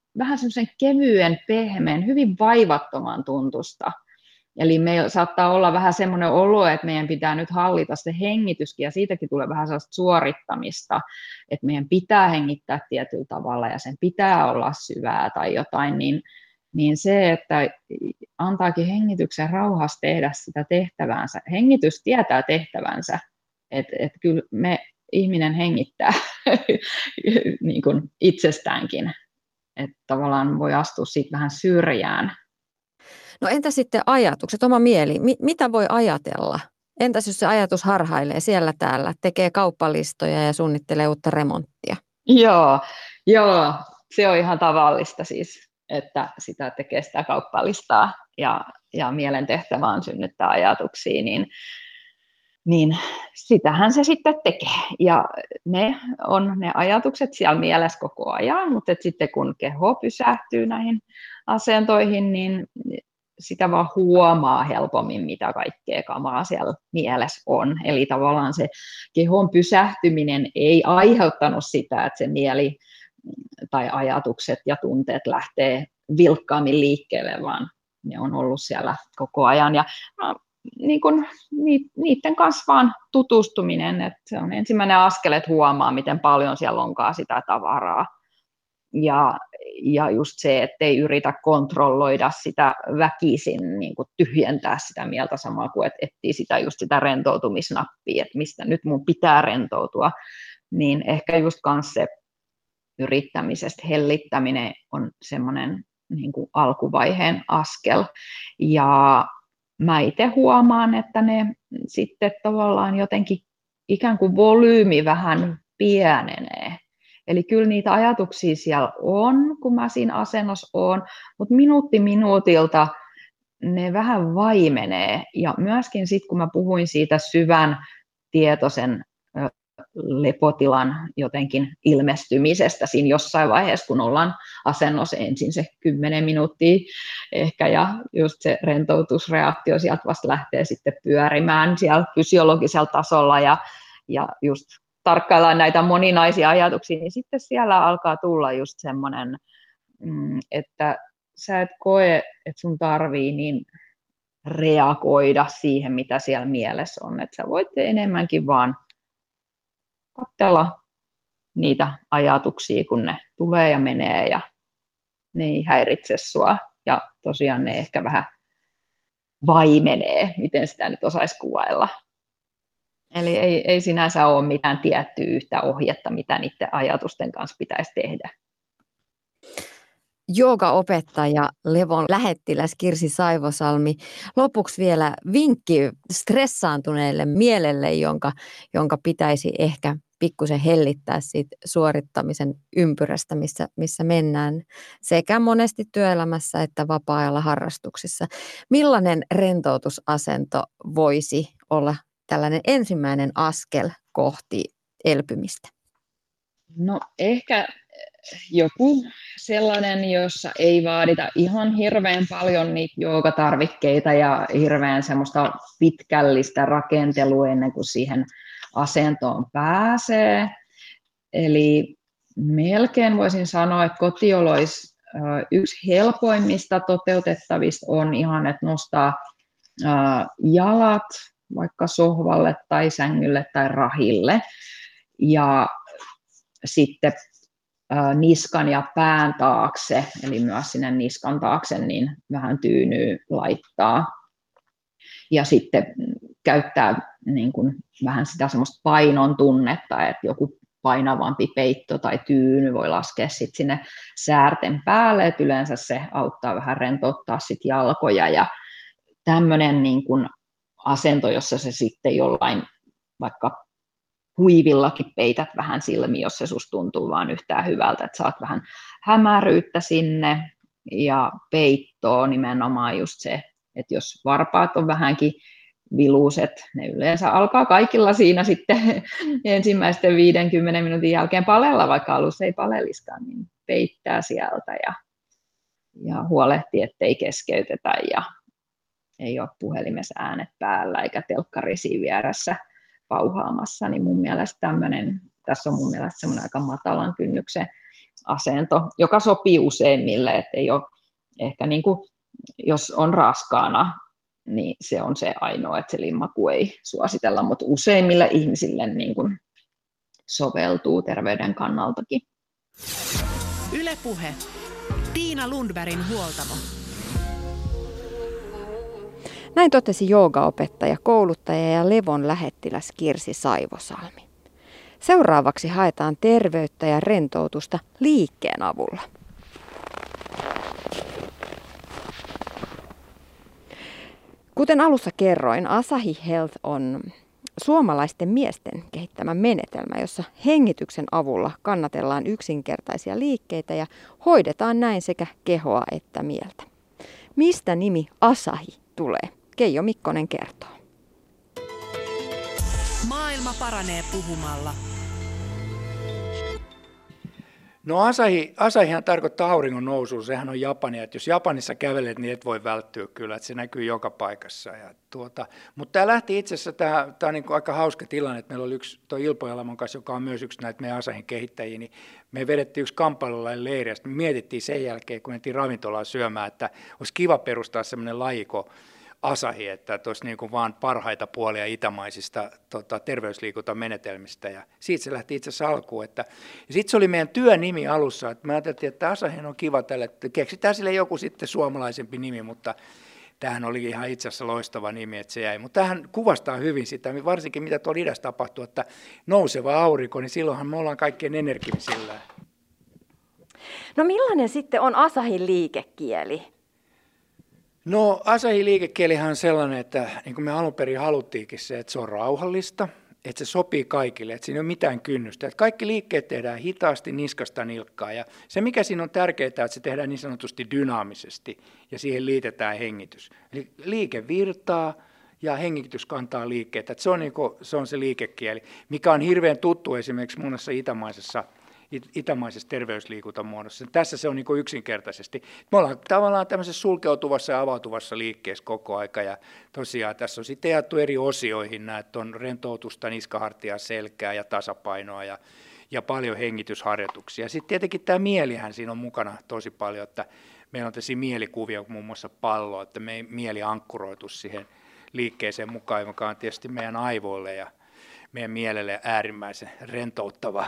vähän semmoisen kevyen, pehmeän, hyvin vaivattoman tuntusta. Eli meillä saattaa olla vähän semmoinen olo, että meidän pitää nyt hallita se hengityskin, ja siitäkin tulee vähän sellaista suorittamista, että meidän pitää hengittää tietyllä tavalla, ja sen pitää olla syvää tai jotain, niin, niin se, että antaakin hengityksen rauhassa tehdä sitä tehtävänsä. Hengitys tietää tehtävänsä, että et kyllä me ihminen hengittää niin kuin itsestäänkin, että tavallaan voi astua siitä vähän syrjään. No entä sitten ajatukset, oma mieli, Mi- mitä voi ajatella? Entäs jos se ajatus harhailee siellä täällä, tekee kauppalistoja ja suunnittelee uutta remonttia? Joo, joo, se on ihan tavallista siis, että sitä tekee sitä kauppalistaa ja, ja mielen tehtävä on synnyttää ajatuksia, niin, niin sitähän se sitten tekee. Ja ne on ne ajatukset siellä mielessä koko ajan, mutta sitten kun keho pysähtyy näihin asentoihin, niin sitä vaan huomaa helpommin, mitä kaikkea kamaa siellä mielessä on. Eli tavallaan se kehon pysähtyminen ei aiheuttanut sitä, että se mieli tai ajatukset ja tunteet lähtee vilkkaammin liikkeelle, vaan ne on ollut siellä koko ajan. Ja no, niin kun, niiden kanssa vaan tutustuminen, että se on ensimmäinen askel, että huomaa, miten paljon siellä onkaan sitä tavaraa. Ja, ja just se, ettei yritä kontrolloida sitä väkisin, niin kuin tyhjentää sitä mieltä samaa kuin, että etsii sitä just sitä rentoutumisnappia, että mistä nyt mun pitää rentoutua, niin ehkä just kans se yrittämisestä hellittäminen on semmoinen niin kuin alkuvaiheen askel. Ja mä itse huomaan, että ne sitten tavallaan jotenkin ikään kuin volyymi vähän pienenee. Eli kyllä niitä ajatuksia siellä on, kun mä siinä asennossa oon, mutta minuutti minuutilta ne vähän vaimenee. Ja myöskin sitten, kun mä puhuin siitä syvän tietoisen lepotilan jotenkin ilmestymisestä siinä jossain vaiheessa, kun ollaan asennossa ensin se kymmenen minuuttia ehkä, ja just se rentoutusreaktio sieltä vasta lähtee sitten pyörimään siellä fysiologisella tasolla, ja, ja just tarkkaillaan näitä moninaisia ajatuksia, niin sitten siellä alkaa tulla just semmoinen, että sä et koe, että sun tarvii niin reagoida siihen, mitä siellä mielessä on, että sä voit enemmänkin vaan katsella niitä ajatuksia, kun ne tulee ja menee ja ne ei häiritse sua. Ja tosiaan ne ehkä vähän vaimenee, miten sitä nyt osaisi kuvailla. Eli ei, ei sinänsä ole mitään tiettyä yhtä ohjetta, mitä niiden ajatusten kanssa pitäisi tehdä. Joogaopettaja Levon lähettiläs Kirsi Saivosalmi. Lopuksi vielä vinkki stressaantuneelle mielelle, jonka, jonka pitäisi ehkä pikkusen hellittää siitä suorittamisen ympyrästä, missä, missä mennään sekä monesti työelämässä että vapaa-ajalla harrastuksissa. Millainen rentoutusasento voisi olla tällainen ensimmäinen askel kohti elpymistä? No ehkä joku sellainen, jossa ei vaadita ihan hirveän paljon niitä joogatarvikkeita ja hirveän semmoista pitkällistä rakentelua ennen kuin siihen asentoon pääsee. Eli melkein voisin sanoa, että kotioloissa yksi helpoimmista toteutettavista on ihan, että nostaa jalat vaikka sohvalle tai sängylle tai rahille ja sitten niskan ja pään taakse, eli myös sinne niskan taakse, niin vähän tyynyy laittaa. Ja sitten käyttää niin kuin vähän sitä semmoista painon tunnetta, että joku painavampi peitto tai tyyny voi laskea sitten sinne säärten päälle, että yleensä se auttaa vähän rentouttaa sit jalkoja. Ja tämmöinen niin kuin asento, jossa se sitten jollain vaikka huivillakin peität vähän silmiä, jos se susta tuntuu vaan yhtään hyvältä, että saat vähän hämäryyttä sinne ja peittoa nimenomaan just se, että jos varpaat on vähänkin viluiset, ne yleensä alkaa kaikilla siinä sitten ensimmäisten viidenkymmenen minuutin jälkeen palella, vaikka alussa ei paleliskaan, niin peittää sieltä ja, ja huolehtii, ettei keskeytetä ja ei ole puhelimessa äänet päällä eikä telkkari siinä vieressä pauhaamassa, niin mun mielestä tämmöinen, tässä on mun mielestä semmoinen aika matalan kynnyksen asento, joka sopii useimmille, että ei ole ehkä niin kuin, jos on raskaana, niin se on se ainoa, että se limmaku ei suositella, mutta useimmille ihmisille niin kuin soveltuu terveyden kannaltakin. Yle Puhe. Tiina Lundbergin huoltamo. Näin totesi joogaopettaja, kouluttaja ja levon lähettiläs Kirsi Saivosalmi. Seuraavaksi haetaan terveyttä ja rentoutusta liikkeen avulla. Kuten alussa kerroin, Asahi Health on suomalaisten miesten kehittämä menetelmä, jossa hengityksen avulla kannatellaan yksinkertaisia liikkeitä ja hoidetaan näin sekä kehoa että mieltä. Mistä nimi Asahi tulee? Keijo Mikkonen kertoo. Maailma paranee puhumalla. No Asahi, Asahihan tarkoittaa auringon nousua, sehän on Japania, että jos Japanissa kävelet, niin et voi välttyä kyllä, että se näkyy joka paikassa. Ja tuota, mutta tämä lähti itse asiassa, tämä, tämä on niin kuin aika hauska tilanne, että meillä oli yksi, tuo Ilpo Elamon kanssa, joka on myös yksi näitä meidän Asahin kehittäjiä, niin me vedettiin yksi kamppailulainen leiri, ja me mietittiin sen jälkeen, kun mentiin ravintolaan syömään, että olisi kiva perustaa sellainen lajiko, Asahi, että olisi niin kuin vaan parhaita puolia itämaisista tota, terveysliikuntamenetelmistä ja siitä se lähti itse asiassa alkuun. Että, ja sitten se oli meidän työnimi alussa, että me ajateltiin, että Asahi on kiva tälle, että keksitään sille joku sitten suomalaisempi nimi, mutta tämähän oli ihan itse asiassa loistava nimi, että se jäi. Mutta tämähän kuvastaa hyvin sitä, varsinkin mitä tuolla idässä tapahtuu, että nouseva aurinko, niin silloinhan me ollaan kaikkein energisillään. No millainen sitten on Asahin liikekieli? No Asahin liikekielihän on sellainen, että niin kuin me alun perin haluttiinkin se, että se on rauhallista, että se sopii kaikille, että siinä ei ole mitään kynnystä. Että kaikki liikkeet tehdään hitaasti niskasta nilkkaan ja se mikä siinä on tärkeää, että se tehdään niin sanotusti dynaamisesti ja siihen liitetään hengitys. Eli liike virtaa ja hengitys kantaa liikkeitä. Että se, on niin kuin, se on se liikekieli, mikä on hirveän tuttu esimerkiksi monessa itämaisessa itämaisessa terveysliikuntamuodossa. Tässä se on niin kuin yksinkertaisesti. Me ollaan tavallaan tämmöisessä sulkeutuvassa ja avautuvassa liikkeessä koko aika ja tosiaan tässä on sitten jaettu eri osioihin nämä, että on rentoutusta, niskahartia, selkää ja tasapainoa ja, ja paljon hengitysharjoituksia. Sitten tietenkin tämä mielihän siinä on mukana tosi paljon, että meillä on tässä mielikuvia, muun muassa pallo, että me mieli ankkuroitu siihen liikkeeseen mukaan, joka on tietysti meidän aivoille ja meidän mielelle äärimmäisen rentouttava.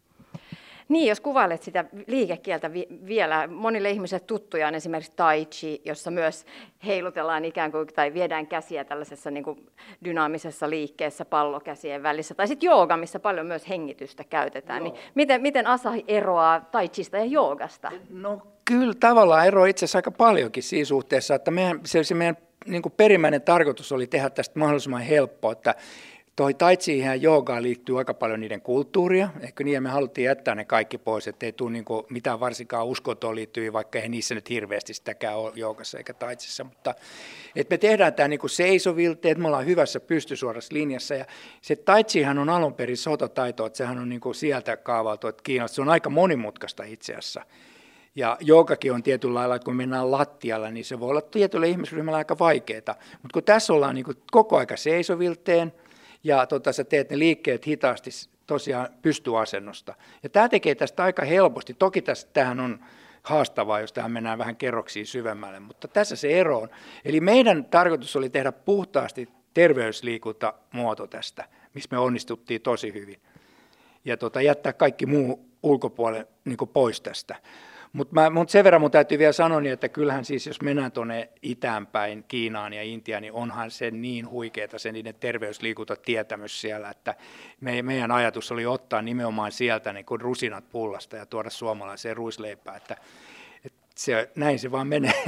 Niin, jos kuvailet sitä liikekieltä vi- vielä, monille ihmisille tuttuja on esimerkiksi tai chi, jossa myös heilutellaan ikään kuin, tai viedään käsiä tällaisessa niin kuin dynaamisessa liikkeessä pallokäsien välissä. Tai sitten jooga, missä paljon myös hengitystä käytetään. Niin miten, miten Asahi eroaa tai chista ja joogasta? No kyllä tavallaan eroaa itse asiassa aika paljonkin siinä suhteessa, että meidän, se, se meidän niin kuin perimmäinen tarkoitus oli tehdä tästä mahdollisimman helppoa, että toi tai chiin ja joogaan liittyy aika paljon niiden kulttuuria, eikö niin, ja me haluttiin jättää ne kaikki pois, ettei tule niin kuin mitään varsinkaan uskontoon liittyviä, vaikka ei niissä nyt hirveästi sitäkään ole joogassa eikä tai chissa, mutta että me tehdään tämä niin kuin seisovilti, että me ollaan hyvässä pystysuorassa linjassa, ja se tai chihan on alun perin sototaito, että sehän on niin kuin sieltä kaavaltu, että Kiinasta se on aika monimutkaista itse asiassa. Ja joogakin on tietyllä lailla, että kun mennään lattialla, niin se voi olla tietylle ihmisryhmälle aika vaikeaa, mutta kun tässä ollaan niin kuin koko aika seisovilteen, ja tota, sä teet ne liikkeet hitaasti tosiaan pystyasennosta. Ja tämä tekee tästä aika helposti. Toki tästä, tämähän on haastavaa, jos tähän mennään vähän kerroksiin syvemmälle, mutta tässä se ero on. Eli meidän tarkoitus oli tehdä puhtaasti terveysliikuntamuoto tästä, missä me onnistuttiin tosi hyvin. Ja tota, jättää kaikki muu ulkopuolelle niin kuin pois tästä. Mutta mut sen verran mun täytyy vielä sanoa, niin että kyllähän siis jos mennään tuonne itäänpäin, Kiinaan ja Intiaan, niin onhan se niin huikeeta se niiden terveysliikuntatietämys siellä, että me, meidän ajatus oli ottaa nimenomaan sieltä niin kuin rusinat pullasta ja tuoda suomalaiseen ruisleipään, että, että se, näin se vaan menee.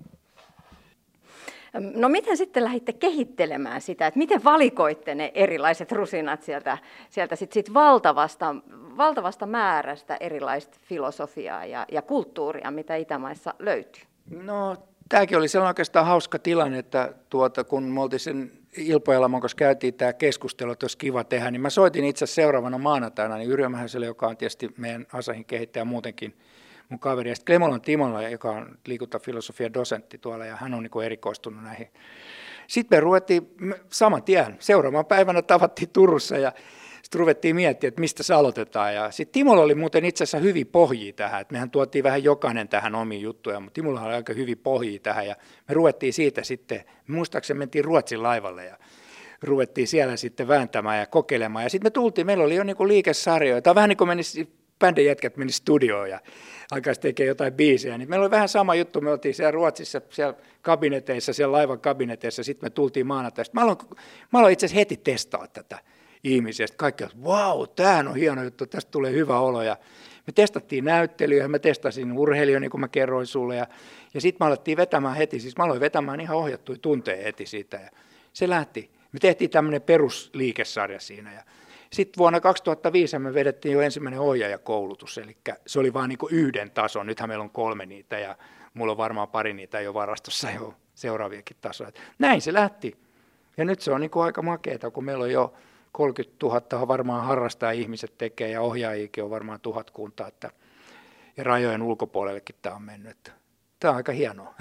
No miten sitten lähditte kehittelemään sitä, että miten valikoitte ne erilaiset rusinat sieltä, sieltä sit, sit valtavasta, valtavasta määrästä erilaista filosofiaa ja, ja kulttuuria, mitä Itämaissa löytyy? No tämäkin oli sellainen oikeastaan hauska tilanne, että tuota, kun me oltiin sen Ilpo Elamon kanssa käytiin tämä keskustelu, että olisi kiva tehdä, niin mä soitin itse asiassa seuraavana maanantaina, niin Yrjö Mähäselle, joka on tietysti meidän Asahin kehittäjä muutenkin, mun kaveri, ja sitten Klemolan Timolla, joka on liikuntafilosofian dosentti tuolla, ja hän on niin kuin erikoistunut näihin. Sitten me ruvettiin saman tien, seuraavan päivänä tavattiin Turussa, ja sitten sitten ruvettiin miettimään, että mistä se aloitetaan. Ja sitten Timolla oli muuten itse asiassa hyviä pohjia tähän, että mehän tuotiin vähän jokainen tähän omiin juttuja, mutta Timolla oli aika hyviä pohjia tähän ja me ruvettiin siitä sitten, muistaakseni mentiin Ruotsin laivalle ja ruvettiin siellä sitten vääntämään ja kokeilemaan. Ja sitten me tultiin, meillä oli jo niinku liikesarjoja, tai vähän niin kuin menisi, bändin jätkät meni studioon ja alkaisi tekemään jotain biisejä. Niin meillä oli vähän sama juttu, me oltiin siellä Ruotsissa, siellä kabineteissa, siellä laivan kabineteissa, sitten me tultiin maanantaina. Mä aloin, mä aloin itse asiassa heti testaa tätä ihmisiä. Sitten kaikki olivat, vau, tämähän on hieno juttu, tästä tulee hyvä olo. Ja me testattiin näyttelyjä, mä testasin urheilijoita, niin kuin mä kerroin sulle. Ja, ja sitten me alettiin vetämään heti, siis mä aloin vetämään ihan ohjattuja tunteja heti siitä. Ja se lähti. Me tehtiin tämmöinen perusliikesarja siinä. Ja sitten vuonna kaksituhattaviisi me vedettiin jo ensimmäinen ohjaajakoulutus, eli se oli vain niin kuin yhden tason. Nythän meillä on kolme niitä ja mulla on varmaan pari niitä jo varastossa jo seuraaviakin tasoja. Näin se lähti. Ja nyt se on niin kuin aika makeata, kun meillä on jo kolmekymmentätuhatta varmaan harrastaa ihmiset tekee ja ohjaajikin on varmaan tuhat kuntaa. Että, ja rajojen ulkopuolellekin tämä on mennyt. Tämä on aika hienoa.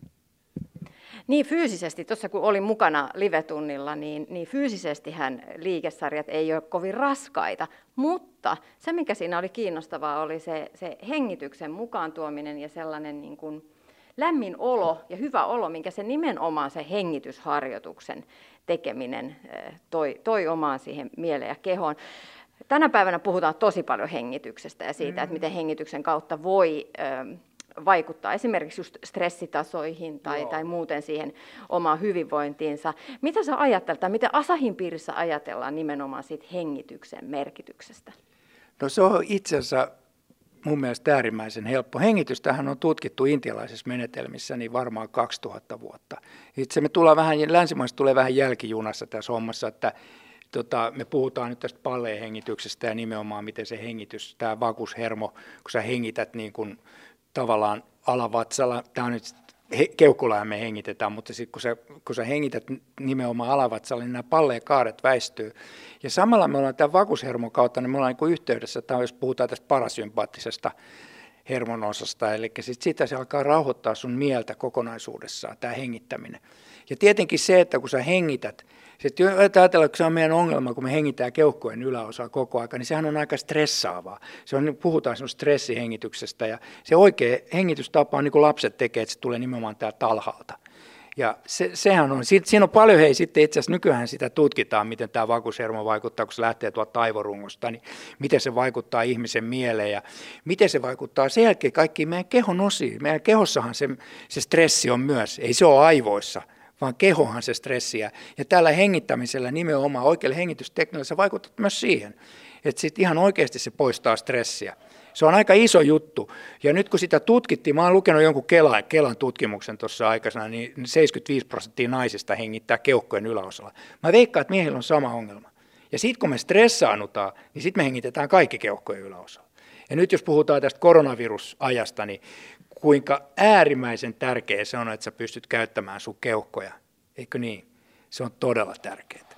Niin fyysisesti, tuossa kun olin mukana live-tunnilla, niin, niin fyysisestihän liikesarjat ei ole kovin raskaita, mutta se mikä siinä oli kiinnostavaa oli se, se hengityksen mukaan tuominen ja sellainen niin kuin lämmin olo ja hyvä olo, minkä se nimenomaan se hengitysharjoituksen tekeminen toi, toi omaan siihen mieleen ja kehoon. Tänä päivänä puhutaan tosi paljon hengityksestä ja siitä, mm. että miten hengityksen kautta voi vaikuttaa esimerkiksi just stressitasoihin tai, tai muuten siihen omaan hyvinvointiinsa. Mitä sä ajattelet, tai miten Asahin piirissä ajatellaan nimenomaan siitä hengityksen merkityksestä? No se on itse asiassa mun mielestä äärimmäisen helppo. Hengitystähän on tutkittu intialaisissa menetelmissä niin varmaan kaksituhatta vuotta. Itse me tullaan vähän, länsimaissa tulee vähän jälkijunassa tässä hommassa, että Tota, me puhutaan nyt tästä palleehengityksestä ja nimenomaan miten se hengitys, tämä vagushermo, kun sä hengität niin kuin tavallaan alavatsalla, tämä on nyt keuhkollahan me hengitetään, mutta sitten kun sä, kun sä hengität nimenomaan alavatsalla, niin nämä palleekaaret väistyy. Ja samalla me ollaan tämän vagushermon kautta, niin me ollaan niin yhteydessä, tai jos puhutaan tästä parasympaattisesta hermon osasta, eli sit sitä se alkaa rauhoittaa sun mieltä kokonaisuudessaan, tämä hengittäminen. Ja tietenkin se, että kun sä hengität, sitten ajatellaan, että se on meidän ongelma, kun me hengitään keuhkojen yläosaa koko aika, niin sehän on aika stressaavaa. Se on, puhutaan semmoista stressihengityksestä ja se oikea hengitystapa on niin kuin lapset tekee, että se tulee nimenomaan täältä alhaalta. Ja se, sehän on, siinä on paljon, hei sitten itse asiassa nykyään sitä tutkitaan, miten tämä vagushermo vaikuttaa, kun se lähtee tuolta aivorungosta, niin miten se vaikuttaa ihmisen mieleen ja miten se vaikuttaa sen jälkeen kaikkiin meidän kehon osiin. Meidän kehossahan se, se stressi on myös, ei se ole aivoissa, vaan kehohan se stressiä. Ja tällä hengittämisellä nimenomaan oikealla hengitystekniikalla se vaikuttaa myös siihen, että sitten ihan oikeasti se poistaa stressiä. Se on aika iso juttu. Ja nyt kun sitä tutkittiin, mä oon lukenut jonkun Kelan, Kelan tutkimuksen tuossa aikana, niin seitsemänkymmentäviisi prosenttia naisista hengittää keuhkojen yläosalla. Mä veikkaan, että miehillä on sama ongelma. Ja sitten kun me stressaannutaan, niin sitten me hengitetään kaikki keuhkojen yläosalla. Ja nyt jos puhutaan tästä koronavirusajasta, niin kuinka äärimmäisen tärkeää se on, että sä pystyt käyttämään sun keuhkoja. Eikö niin? Se on todella tärkeää.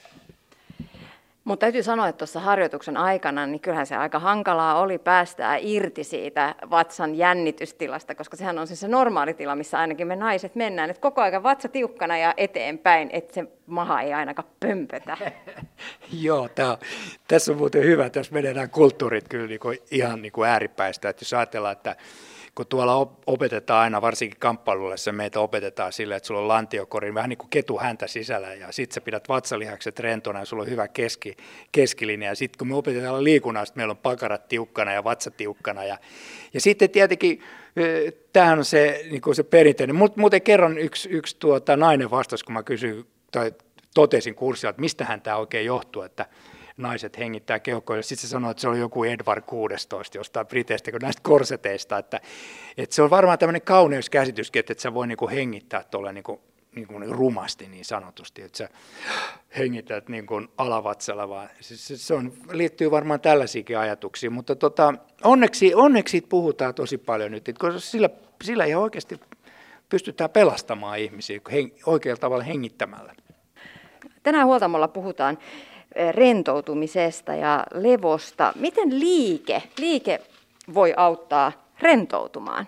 Mutta täytyy sanoa, että tuossa harjoituksen aikana, niin kyllähän se aika hankalaa oli päästää irti siitä vatsan jännitystilasta, koska sehän on siis se normaali tila, missä ainakin me naiset mennään, että koko ajan vatsa tiukkana ja eteenpäin, että se maha ei ainakaan pömpötä. Joo, tää, tässä on muuten hyvä, tässä menee nämä kulttuurit kyllä niin kuin, ihan niin kuin ääripäistä, että jos ajatellaan, että kun tuolla opetetaan aina, varsinkin kamppailuissa meitä opetetaan sillä, että sulla on lantiokori, vähän niin kuin ketu häntä sisällä, ja sitten sä pidät vatsalihakset rentona, ja sulla on hyvä keski, keskilinja, ja sitten kun me opetetaan liikunnasta, meillä on pakarat tiukkana ja vatsa tiukkana, ja, ja sitten tietenkin, tämähän on se, niin kuin se perinteinen, muuten kerran yksi, yksi tuota, nainen vastasi, kun mä kysyin, tai totesin kurssilla, että mistähän tämä oikein johtuu, että naiset hengittää keuhkoille. Sitten se sanoi, että se oli joku Edward kuudestoista jostain Briteistä, kun näistä korseteista. Että, että se on varmaan tämmöinen kauneuskäsityskin, että, että sä voi niinku hengittää tuolla niinku, niinku rumasti niin sanotusti, että sä hengität niinku alavatsalla. Vaan. Se, se on, liittyy varmaan tällaisiinkin ajatuksiin, mutta tota, onneksi, onneksi siitä puhutaan tosi paljon nyt, koska sillä, sillä ihan oikeasti pystytään pelastamaan ihmisiä oikealla tavalla hengittämällä. Tänään Huoltamolla puhutaan rentoutumisesta ja levosta. Miten liike, liike voi auttaa rentoutumaan?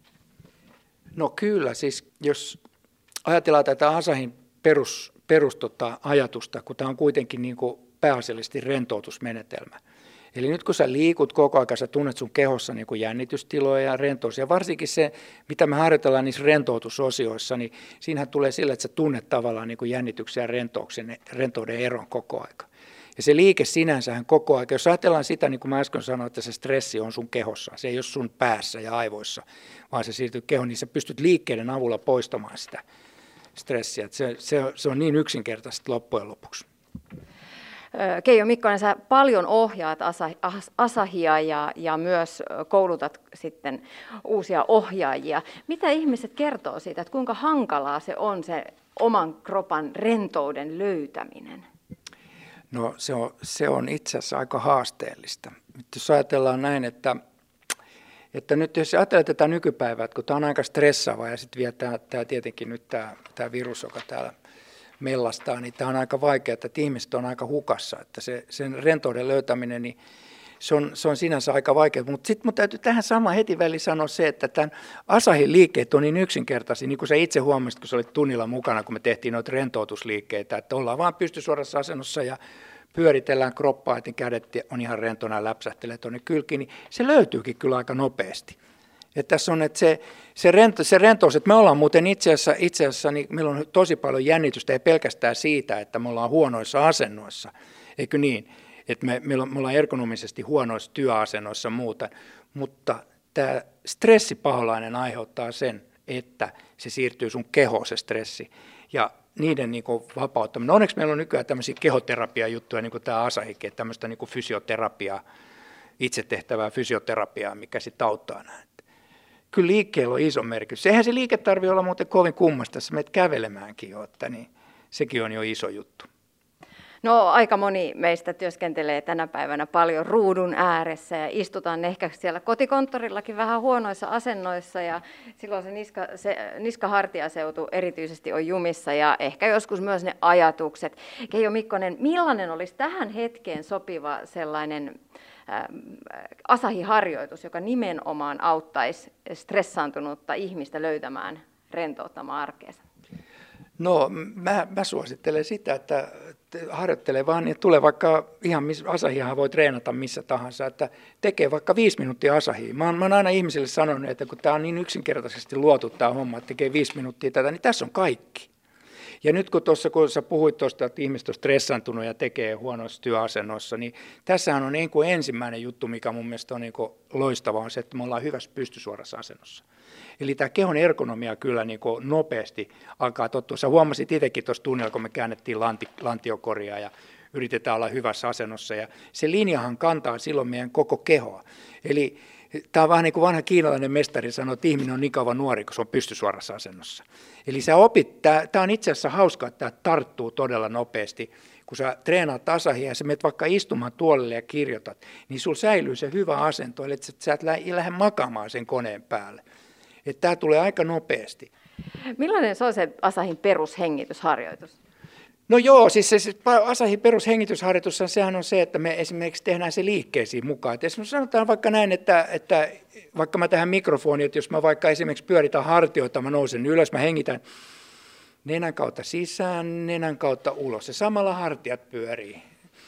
No kyllä, siis jos ajatellaan tätä Asahin perus, perus tota, ajatusta, kun tämä on kuitenkin niin kuin pääasiallisesti rentoutusmenetelmä. Eli nyt kun sä liikut koko ajan, sä tunnet sun kehossa niin kuin jännitystiloja ja rentous. Ja varsinkin se, mitä me harjoitellaan niissä rentoutusosioissa, niin siinähän tulee sillä, että sä tunnet tavallaan niin kuin jännityksen ja rentouksen, rentouden eron koko ajan. Ja se liike sinänsähän koko ajan, jos ajatellaan sitä, niin kuin mä äsken sanoin, että se stressi on sun kehossa, se ei ole sun päässä ja aivoissa, vaan se siirtyy kehoon, niin sä pystyt liikkeiden avulla poistamaan sitä stressiä. Se, se, se on niin yksinkertaisesti loppujen lopuksi. Keijo Mikkonen, sä paljon ohjaat Asahia ja, ja myös koulutat sitten uusia ohjaajia. Mitä ihmiset kertoo siitä, että kuinka hankalaa se on se oman kropan rentouden löytäminen? No se on, se on itse asiassa aika haasteellista. Nyt jos ajatellaan näin, että, että nyt jos ajatellaan tätä nykypäivää, että kun tämä on aika stressaava ja sitten vielä tämä, tämä tietenkin nyt tämä, tämä virus, joka täällä mellastaa, niin tämä on aika vaikeaa, että ihmiset on aika hukassa, että se, sen rentouden löytäminen, niin se on, se on sinänsä aika vaikeaa. Mutta sitten minun täytyy tähän sama heti väliin sanoa se, että tämän Asahin liikkeet on niin yksinkertaisia, niin kuin sä itse huomasit, kun sä olit tunnilla mukana, kun me tehtiin noita rentoutusliikkeitä, että ollaan vaan pystysuorassa asennossa ja pyöritellään kroppaa, että kädet on ihan rentona ja läpsähtelee tuonne kylkiin, niin se löytyykin kyllä aika nopeasti. Että tässä on, että se, se, rento, se rentous, että me ollaan muuten itse asiassa, itse asiassa niin meillä on tosi paljon jännitystä, ei pelkästään siitä, että me ollaan huonoissa asennoissa, eikö niin? Että me, me ollaan ergonomisesti huonoissa työasennoissa muuta, mutta tämä stressipaholainen aiheuttaa sen, että se siirtyy sun kehoon se stressi ja niiden niin kuin vapauttaminen. Onneksi meillä on nykyään tämmöisiä kehoterapiajuttuja, niin kuin tämä Asahikin, että tämmöistä niin kuin fysioterapiaa, itse tehtävää fysioterapiaa, mikä sitten auttaa näin. Kyllä liikkeellä on iso merkitys. Eihän se liike tarvitse olla muuten kovin kummasta, jos menet kävelemäänkin jo, että niin sekin on jo iso juttu. No aika moni meistä työskentelee tänä päivänä paljon ruudun ääressä ja istutaan ehkä siellä kotikonttorillakin vähän huonoissa asennoissa ja silloin se, niska, se niskahartiaseutu erityisesti on jumissa ja ehkä joskus myös ne ajatukset. Keijo Mikkonen, millainen olisi tähän hetkeen sopiva sellainen Asahi-harjoitus, joka nimenomaan auttaisi stressaantunutta ihmistä löytämään rentouttamaan arkeensa? No mä, mä suosittelen sitä, että harjoittelee vaan, niin tulee vaikka ihan, Asahiahan voi treenata missä tahansa, että tekee vaikka viisi minuuttia Asahia. Mä, mä oon aina ihmisille sanonut, että kun tämä on niin yksinkertaisesti luotu tämä homma, että tekee viisi minuuttia tätä, niin tässä on kaikki. Ja nyt kun tuossa, kun sä puhuit tuosta, että ihmiset on stressaantunut ja tekee huonoissa työasennoissa, niin tässähän on niin kuin ensimmäinen juttu, mikä mun mielestä on niin kuin loistavaa, on se, että me ollaan hyvässä pystysuorassa asennossa. Eli tämä kehon ergonomia kyllä niin kuin nopeasti alkaa tottua. Sä huomasit itsekin tuossa tunnilla, kun me käännettiin lanti, lantiokoria ja yritetään olla hyvässä asennossa. Ja se linjahan kantaa silloin meidän koko kehoa. Eli tämä on vähän niin kuin vanha kiinalainen mestari sanoi, että ihminen on niin kauan nuori, kun se on pystysuorassa asennossa. Eli sä opit, tämä on itse asiassa hauskaa, että tämä tarttuu todella nopeasti. Kun sä treenaat Asahia ja sä menet vaikka istumaan tuolille ja kirjoitat, niin sulla säilyy se hyvä asento, eli että sä et lähde makaamaan sen koneen päälle. Että tämä tulee aika nopeasti. Millainen se on se Asahin perushengitysharjoitus? No joo, siis se, se Asahin perushengitysharjoitus, sehän on se, että me esimerkiksi tehdään se liikkeisiin mukaan. Et esimerkiksi sanotaan vaikka näin, että, että vaikka mä tähän mikrofoniin, että jos mä vaikka esimerkiksi pyöritän hartioita, mä nousen ylös, mä hengitän nenän kautta sisään, nenän kautta ulos. Ja samalla hartiat pyörii.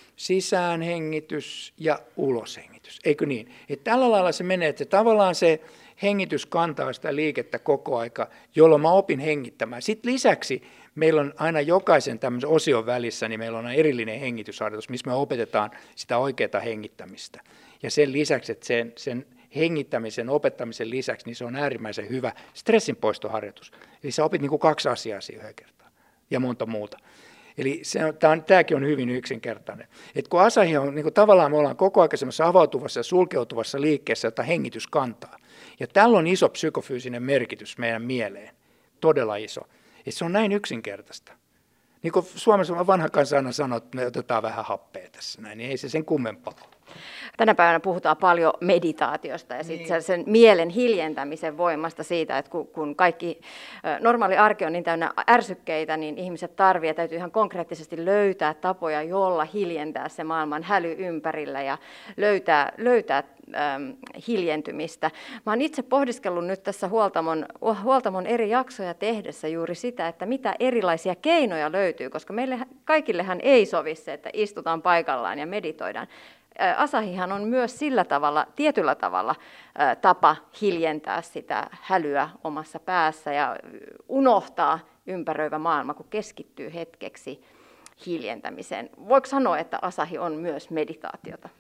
Sisään hengitys ja ulos hengitys, eikö niin? Että tällä lailla se menee, että tavallaan se hengitys kantaa sitä liikettä koko aika, jolloin mä opin hengittämään. Sitten lisäksi meillä on aina jokaisen tämmöisen osion välissä, niin meillä on erillinen hengitysharjoitus, missä me opetetaan sitä oikeaa hengittämistä. Ja sen lisäksi, että sen, sen hengittämisen, opettamisen lisäksi, niin se on äärimmäisen hyvä stressinpoistoharjoitus. Eli sä opit niin kuin kaksi asiaa siihen yhden kertaan ja monta muuta. Eli se on, tämä on, tämäkin on hyvin yksinkertainen. Et kun Asahi on, niin kuin tavallaan me ollaan koko ajan semmoisessa avautuvassa ja sulkeutuvassa liikkeessä, jota hengitys kantaa. Ja tällä on iso psykofyysinen merkitys meidän mieleen, todella iso. Et se on näin yksinkertaista. Niin kuin Suomessa vanha kansa aina sanoo, että me otetaan vähän happea tässä, näin, niin ei se sen kummempaa. Tänä päivänä puhutaan paljon meditaatiosta ja sitten niin. sen mielen hiljentämisen voimasta siitä, että kun, kun kaikki normaali arki on niin täynnä ärsykkeitä, niin ihmiset tarvitsevat ja täytyy ihan konkreettisesti löytää tapoja, jolla hiljentää se maailman häly ympärillä ja löytää, löytää ähm, hiljentymistä. Mä oon itse pohdiskellut nyt tässä Huoltamon, Huoltamon eri jaksoja tehdessä juuri sitä, että mitä erilaisia keinoja löytyy, koska meille kaikillehan ei sovi se, että istutaan paikallaan ja meditoidaan. Asahihan on myös sillä tavalla, tietyllä tavalla tapa hiljentää sitä hälyä omassa päässä ja unohtaa ympäröivä maailma, kun keskittyy hetkeksi hiljentämiseen. Voiko sanoa, että Asahi on myös meditaatiota?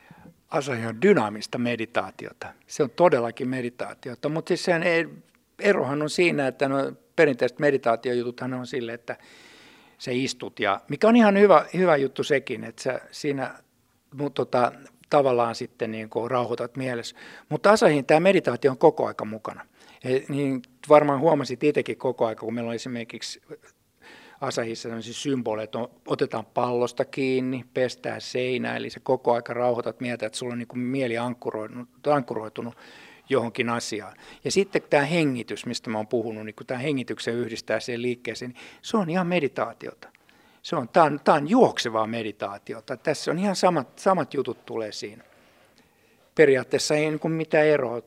Asahi on dynaamista meditaatiota. Se on todellakin meditaatiota, mutta siis sen erohan on siinä, että no, perinteiset meditaatiojututhan on sille, että sä istut, ja mikä on ihan hyvä, hyvä juttu sekin, että sä siinä tota, tavallaan sitten niin kuin rauhoitat mielessä. Mutta Asahin tämä meditaatio on koko aika mukana. E, niin varmaan huomasit itsekin koko aika, kun meillä on esimerkiksi Asahissa sellaisia symboleja, että otetaan pallosta kiinni, pestää seinää, eli se koko aika rauhoitat mieltä, että sulla on niin kuin mieli ankkuroitunut, ankkuroitunut johonkin asiaan. Ja sitten tämä hengitys, mistä mä oon puhunut, niin kun tämä hengityksen yhdistää siihen liikkeeseen, niin se on ihan meditaatiota. Se on, tämä, on, tämä on juoksevaa meditaatiota. Tässä on ihan samat, samat jutut tulee siinä. Periaatteessa ei niin kuin mitään eroa.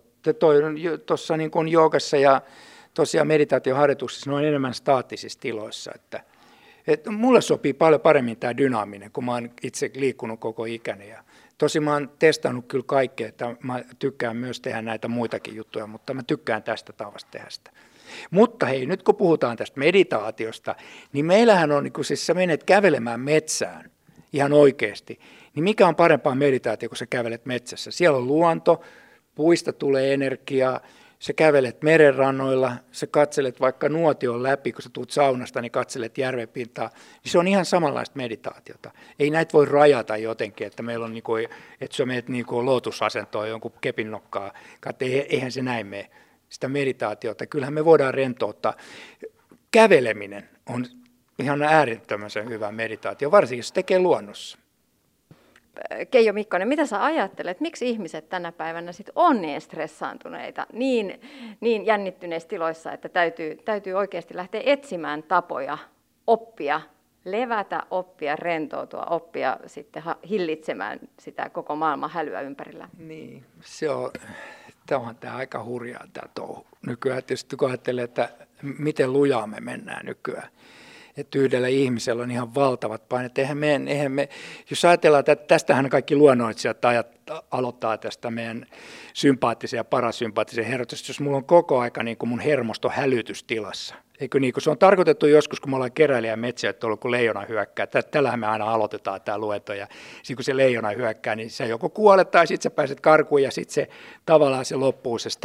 Tuossa niin kuin joogassa ja tosiaan meditaatioharjoituksissa ne on enemmän staattisissa tiloissa. Että, että mulle sopii paljon paremmin tämä dynaaminen, kun mä oon itse liikkunut koko ikäni. Ja tosi mä oon testannut kyllä kaikkea, että mä tykkään myös tehdä näitä muitakin juttuja, mutta mä tykkään tästä tavasta tehdä sitä. Mutta hei, nyt kun puhutaan tästä meditaatiosta, niin meillähän on, kun siis sä menet kävelemään metsään ihan oikeasti, niin mikä on parempaa meditaatio, kun sä kävelet metsässä? Siellä on luonto, puista tulee energiaa, sä kävelet merenrannoilla, sä katselet vaikka nuotion läpi, kun sä tuut saunasta, niin katselet järvenpintaa, niin se on ihan samanlaista meditaatiota. Ei näitä voi rajata jotenkin, että meillä on, niin kuin, että sä menet niin kuin lootusasentoon jonkun kepin nokkaa, eihän se näin mene. Sitä meditaatiota. Kyllähän me voidaan rentouttaa. Käveleminen on ihan äärettömän hyvä meditaatio, varsinkin jos se tekee luonnossa. Keijo Mikkonen, mitä sä ajattelet, miksi ihmiset tänä päivänä sit on niin stressaantuneita, niin, niin jännittyneissä tiloissa, että täytyy, täytyy oikeasti lähteä etsimään tapoja oppia, levätä, oppia, rentoutua, oppia sitten hillitsemään sitä koko maailman hälyä ympärillä? Niin, se on... Tämä on tämä aika hurjaa tämä touhu. Nykyään tietysti kun ajattelee, että miten lujaa me mennään nykyään. Että yhdellä ihmisellä on ihan valtavat paineet. Eihän me, eihän me, jos ajatellaan, että tästähän kaikki luonnoitsijat ajat, aloittaa tästä meidän sympaattisen ja parasympaattisen herätystä, jos mulla on koko aika niin kuin mun hermosto hälytystilassa. Eikö niin, kun se on tarkoitettu joskus, kun me ollaan keräilijä metsiä, että on kun leijona hyökkää. Tällähän me aina aloitetaan tämä luento, ja sitten kun se leijona hyökkää, niin se joko kuolet tai sitten sä pääset karkuun, ja sitten se tavallaan se loppuu se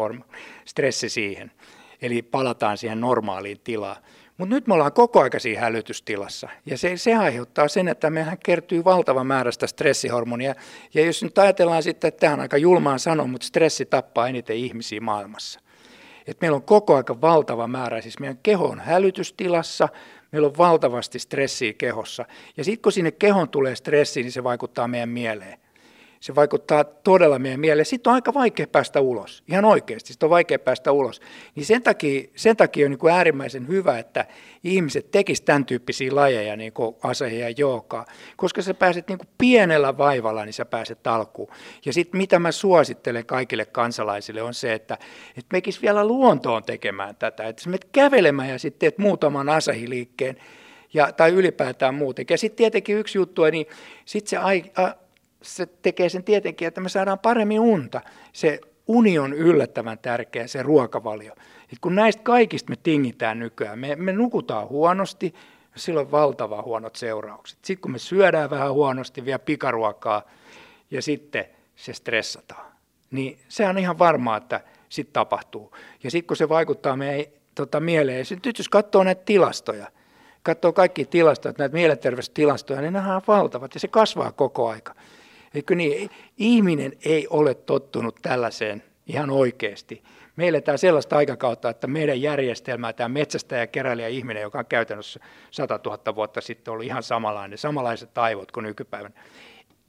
stressi siihen. Eli palataan siihen normaaliin tilaan. Mutta nyt me ollaan koko aika siinä hälytystilassa, ja se, se aiheuttaa sen, että mehän kertyy valtava määrä sitä stressihormonia. Ja jos nyt ajatellaan sitten, että tähän aika julmaan sanoa, mutta stressi tappaa eniten ihmisiä maailmassa. Et meillä on koko aika valtava määrä, siis meidän keho on hälytystilassa, meillä on valtavasti stressiä kehossa. Ja sitten kun sinne kehon tulee stressi, niin se vaikuttaa meidän mieleen. Se vaikuttaa todella meidän mieleen. Sitten on aika vaikea päästä ulos, ihan oikeasti, sitten on vaikea päästä ulos. Niin sen takia, sen takia on niin kuin äärimmäisen hyvä, että ihmiset tekisivät tämän tyyppisiä lajeja, niin kuin Asahi ja joogaa, koska sä pääset niin kuin pienellä vaivalla, niin sä pääset alkuun. Ja sitten mitä mä suosittelen kaikille kansalaisille on se, että, että mekis vielä luontoon tekemään tätä, että sä menet kävelemään ja sitten teet muutaman Asahi-liikkeen, ja, tai ylipäätään muutenkin. Ja sitten tietenkin yksi juttu, niin sitten se ai, a, se tekee sen tietenkin, että me saadaan paremmin unta. Se uni on yllättävän tärkeä, se ruokavalio. Et kun näistä kaikista me tingitään nykyään, me, me nukutaan huonosti, ja sillä on valtavan huonot seuraukset. Sitten kun me syödään vähän huonosti, vielä pikaruokaa, ja sitten se stressataan, niin se on ihan varmaa, että sitten tapahtuu. Ja sitten kun se vaikuttaa meidän tota, mieleen, ja sitten jos katsoo näitä tilastoja, katsoo kaikki tilastot, näitä mielenterveystilastoja, niin nämä on valtavat, ja se kasvaa koko aika. Eikö niin? Ihminen ei ole tottunut tällaiseen ihan oikeasti. Me eletään sellaista aikakautta, että meidän järjestelmää, tämä metsästäjä ja keräilijä ihminen, joka on käytännössä sata tuhatta vuotta sitten ollut ihan samanlainen, samanlaiset aivot kuin nykypäivänä.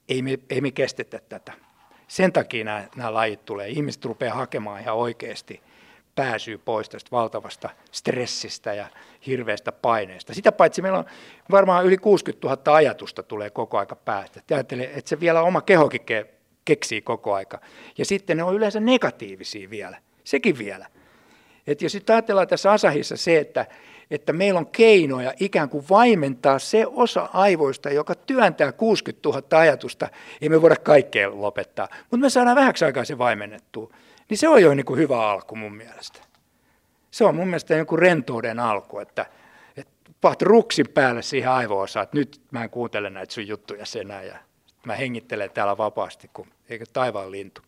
ei me, ei me kestetä tätä. Sen takia nämä, nämä lajit tulee. Ihmiset rupeaa hakemaan ihan oikeasti pääsyä pois tästä valtavasta stressistä ja hirveästä paineesta. Sitä paitsi meillä on varmaan yli kuusikymmentätuhatta ajatusta tulee koko aika päästä. Ajattelen, että se vielä oma kehokin ke- keksii koko aika. Ja sitten ne on yleensä negatiivisia vielä. Sekin vielä. Et jos sitten ajatellaan tässä Asahissa se, että, että meillä on keinoja ikään kuin vaimentaa se osa aivoista, joka työntää kuusikymmentätuhatta ajatusta, ei me voida kaikkea lopettaa, mutta me saadaan vähäksi aikaa se vaimennettua, niin se on jo niin kuin hyvä alku mun mielestä. Se on mun mielestä niin kuin rentouden alku, että, että paat ruksin päälle siihen aivo-osaan, että nyt mä en kuuntele näitä sun juttuja senään ja mä hengittelen täällä vapaasti, kun eikö taivaan lintu.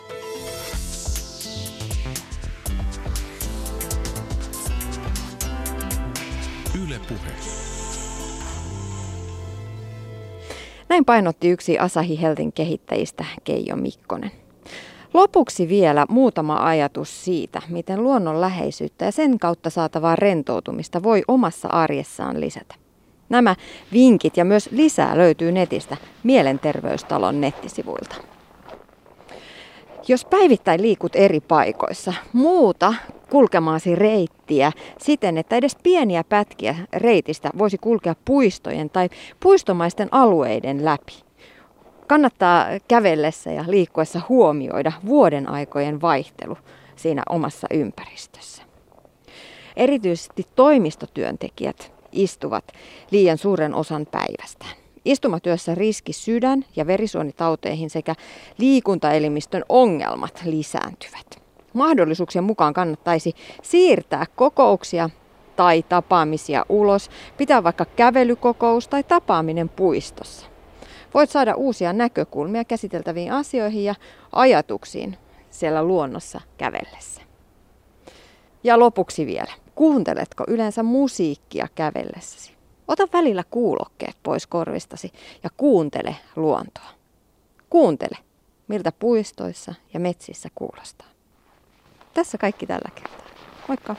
Yle Puhe. Näin painotti yksi Asahi Healthin kehittäjistä Keijo Mikkonen. Lopuksi vielä muutama ajatus siitä, miten luonnonläheisyyttä ja sen kautta saatavaa rentoutumista voi omassa arjessaan lisätä. Nämä vinkit ja myös lisää löytyy netistä Mielenterveystalon nettisivuilta. Jos päivittäin liikut eri paikoissa, muuta kulkemaasi reittiä siten, että edes pieniä pätkiä reitistä voisi kulkea puistojen tai puistomaisten alueiden läpi. Kannattaa kävellessä ja liikkuessa huomioida vuoden aikojen vaihtelu siinä omassa ympäristössä. Erityisesti toimistotyöntekijät istuvat liian suuren osan päivästään. Istumatyössä riski sydän- ja verisuonitauteihin sekä liikuntaelimistön ongelmat lisääntyvät. Mahdollisuuksien mukaan kannattaisi siirtää kokouksia tai tapaamisia ulos, pitää vaikka kävelykokous tai tapaaminen puistossa. Voit saada uusia näkökulmia käsiteltäviin asioihin ja ajatuksiin siellä luonnossa kävellessä. Ja lopuksi vielä, kuunteletko yleensä musiikkia kävellessäsi? Ota välillä kuulokkeet pois korvistasi ja kuuntele luontoa. Kuuntele, miltä puistoissa ja metsissä kuulostaa. Tässä kaikki tällä kertaa. Moikka!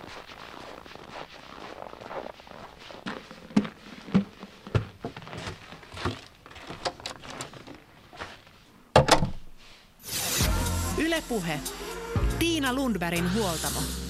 Yle Puhe. Tiina Lundbergin huoltamo.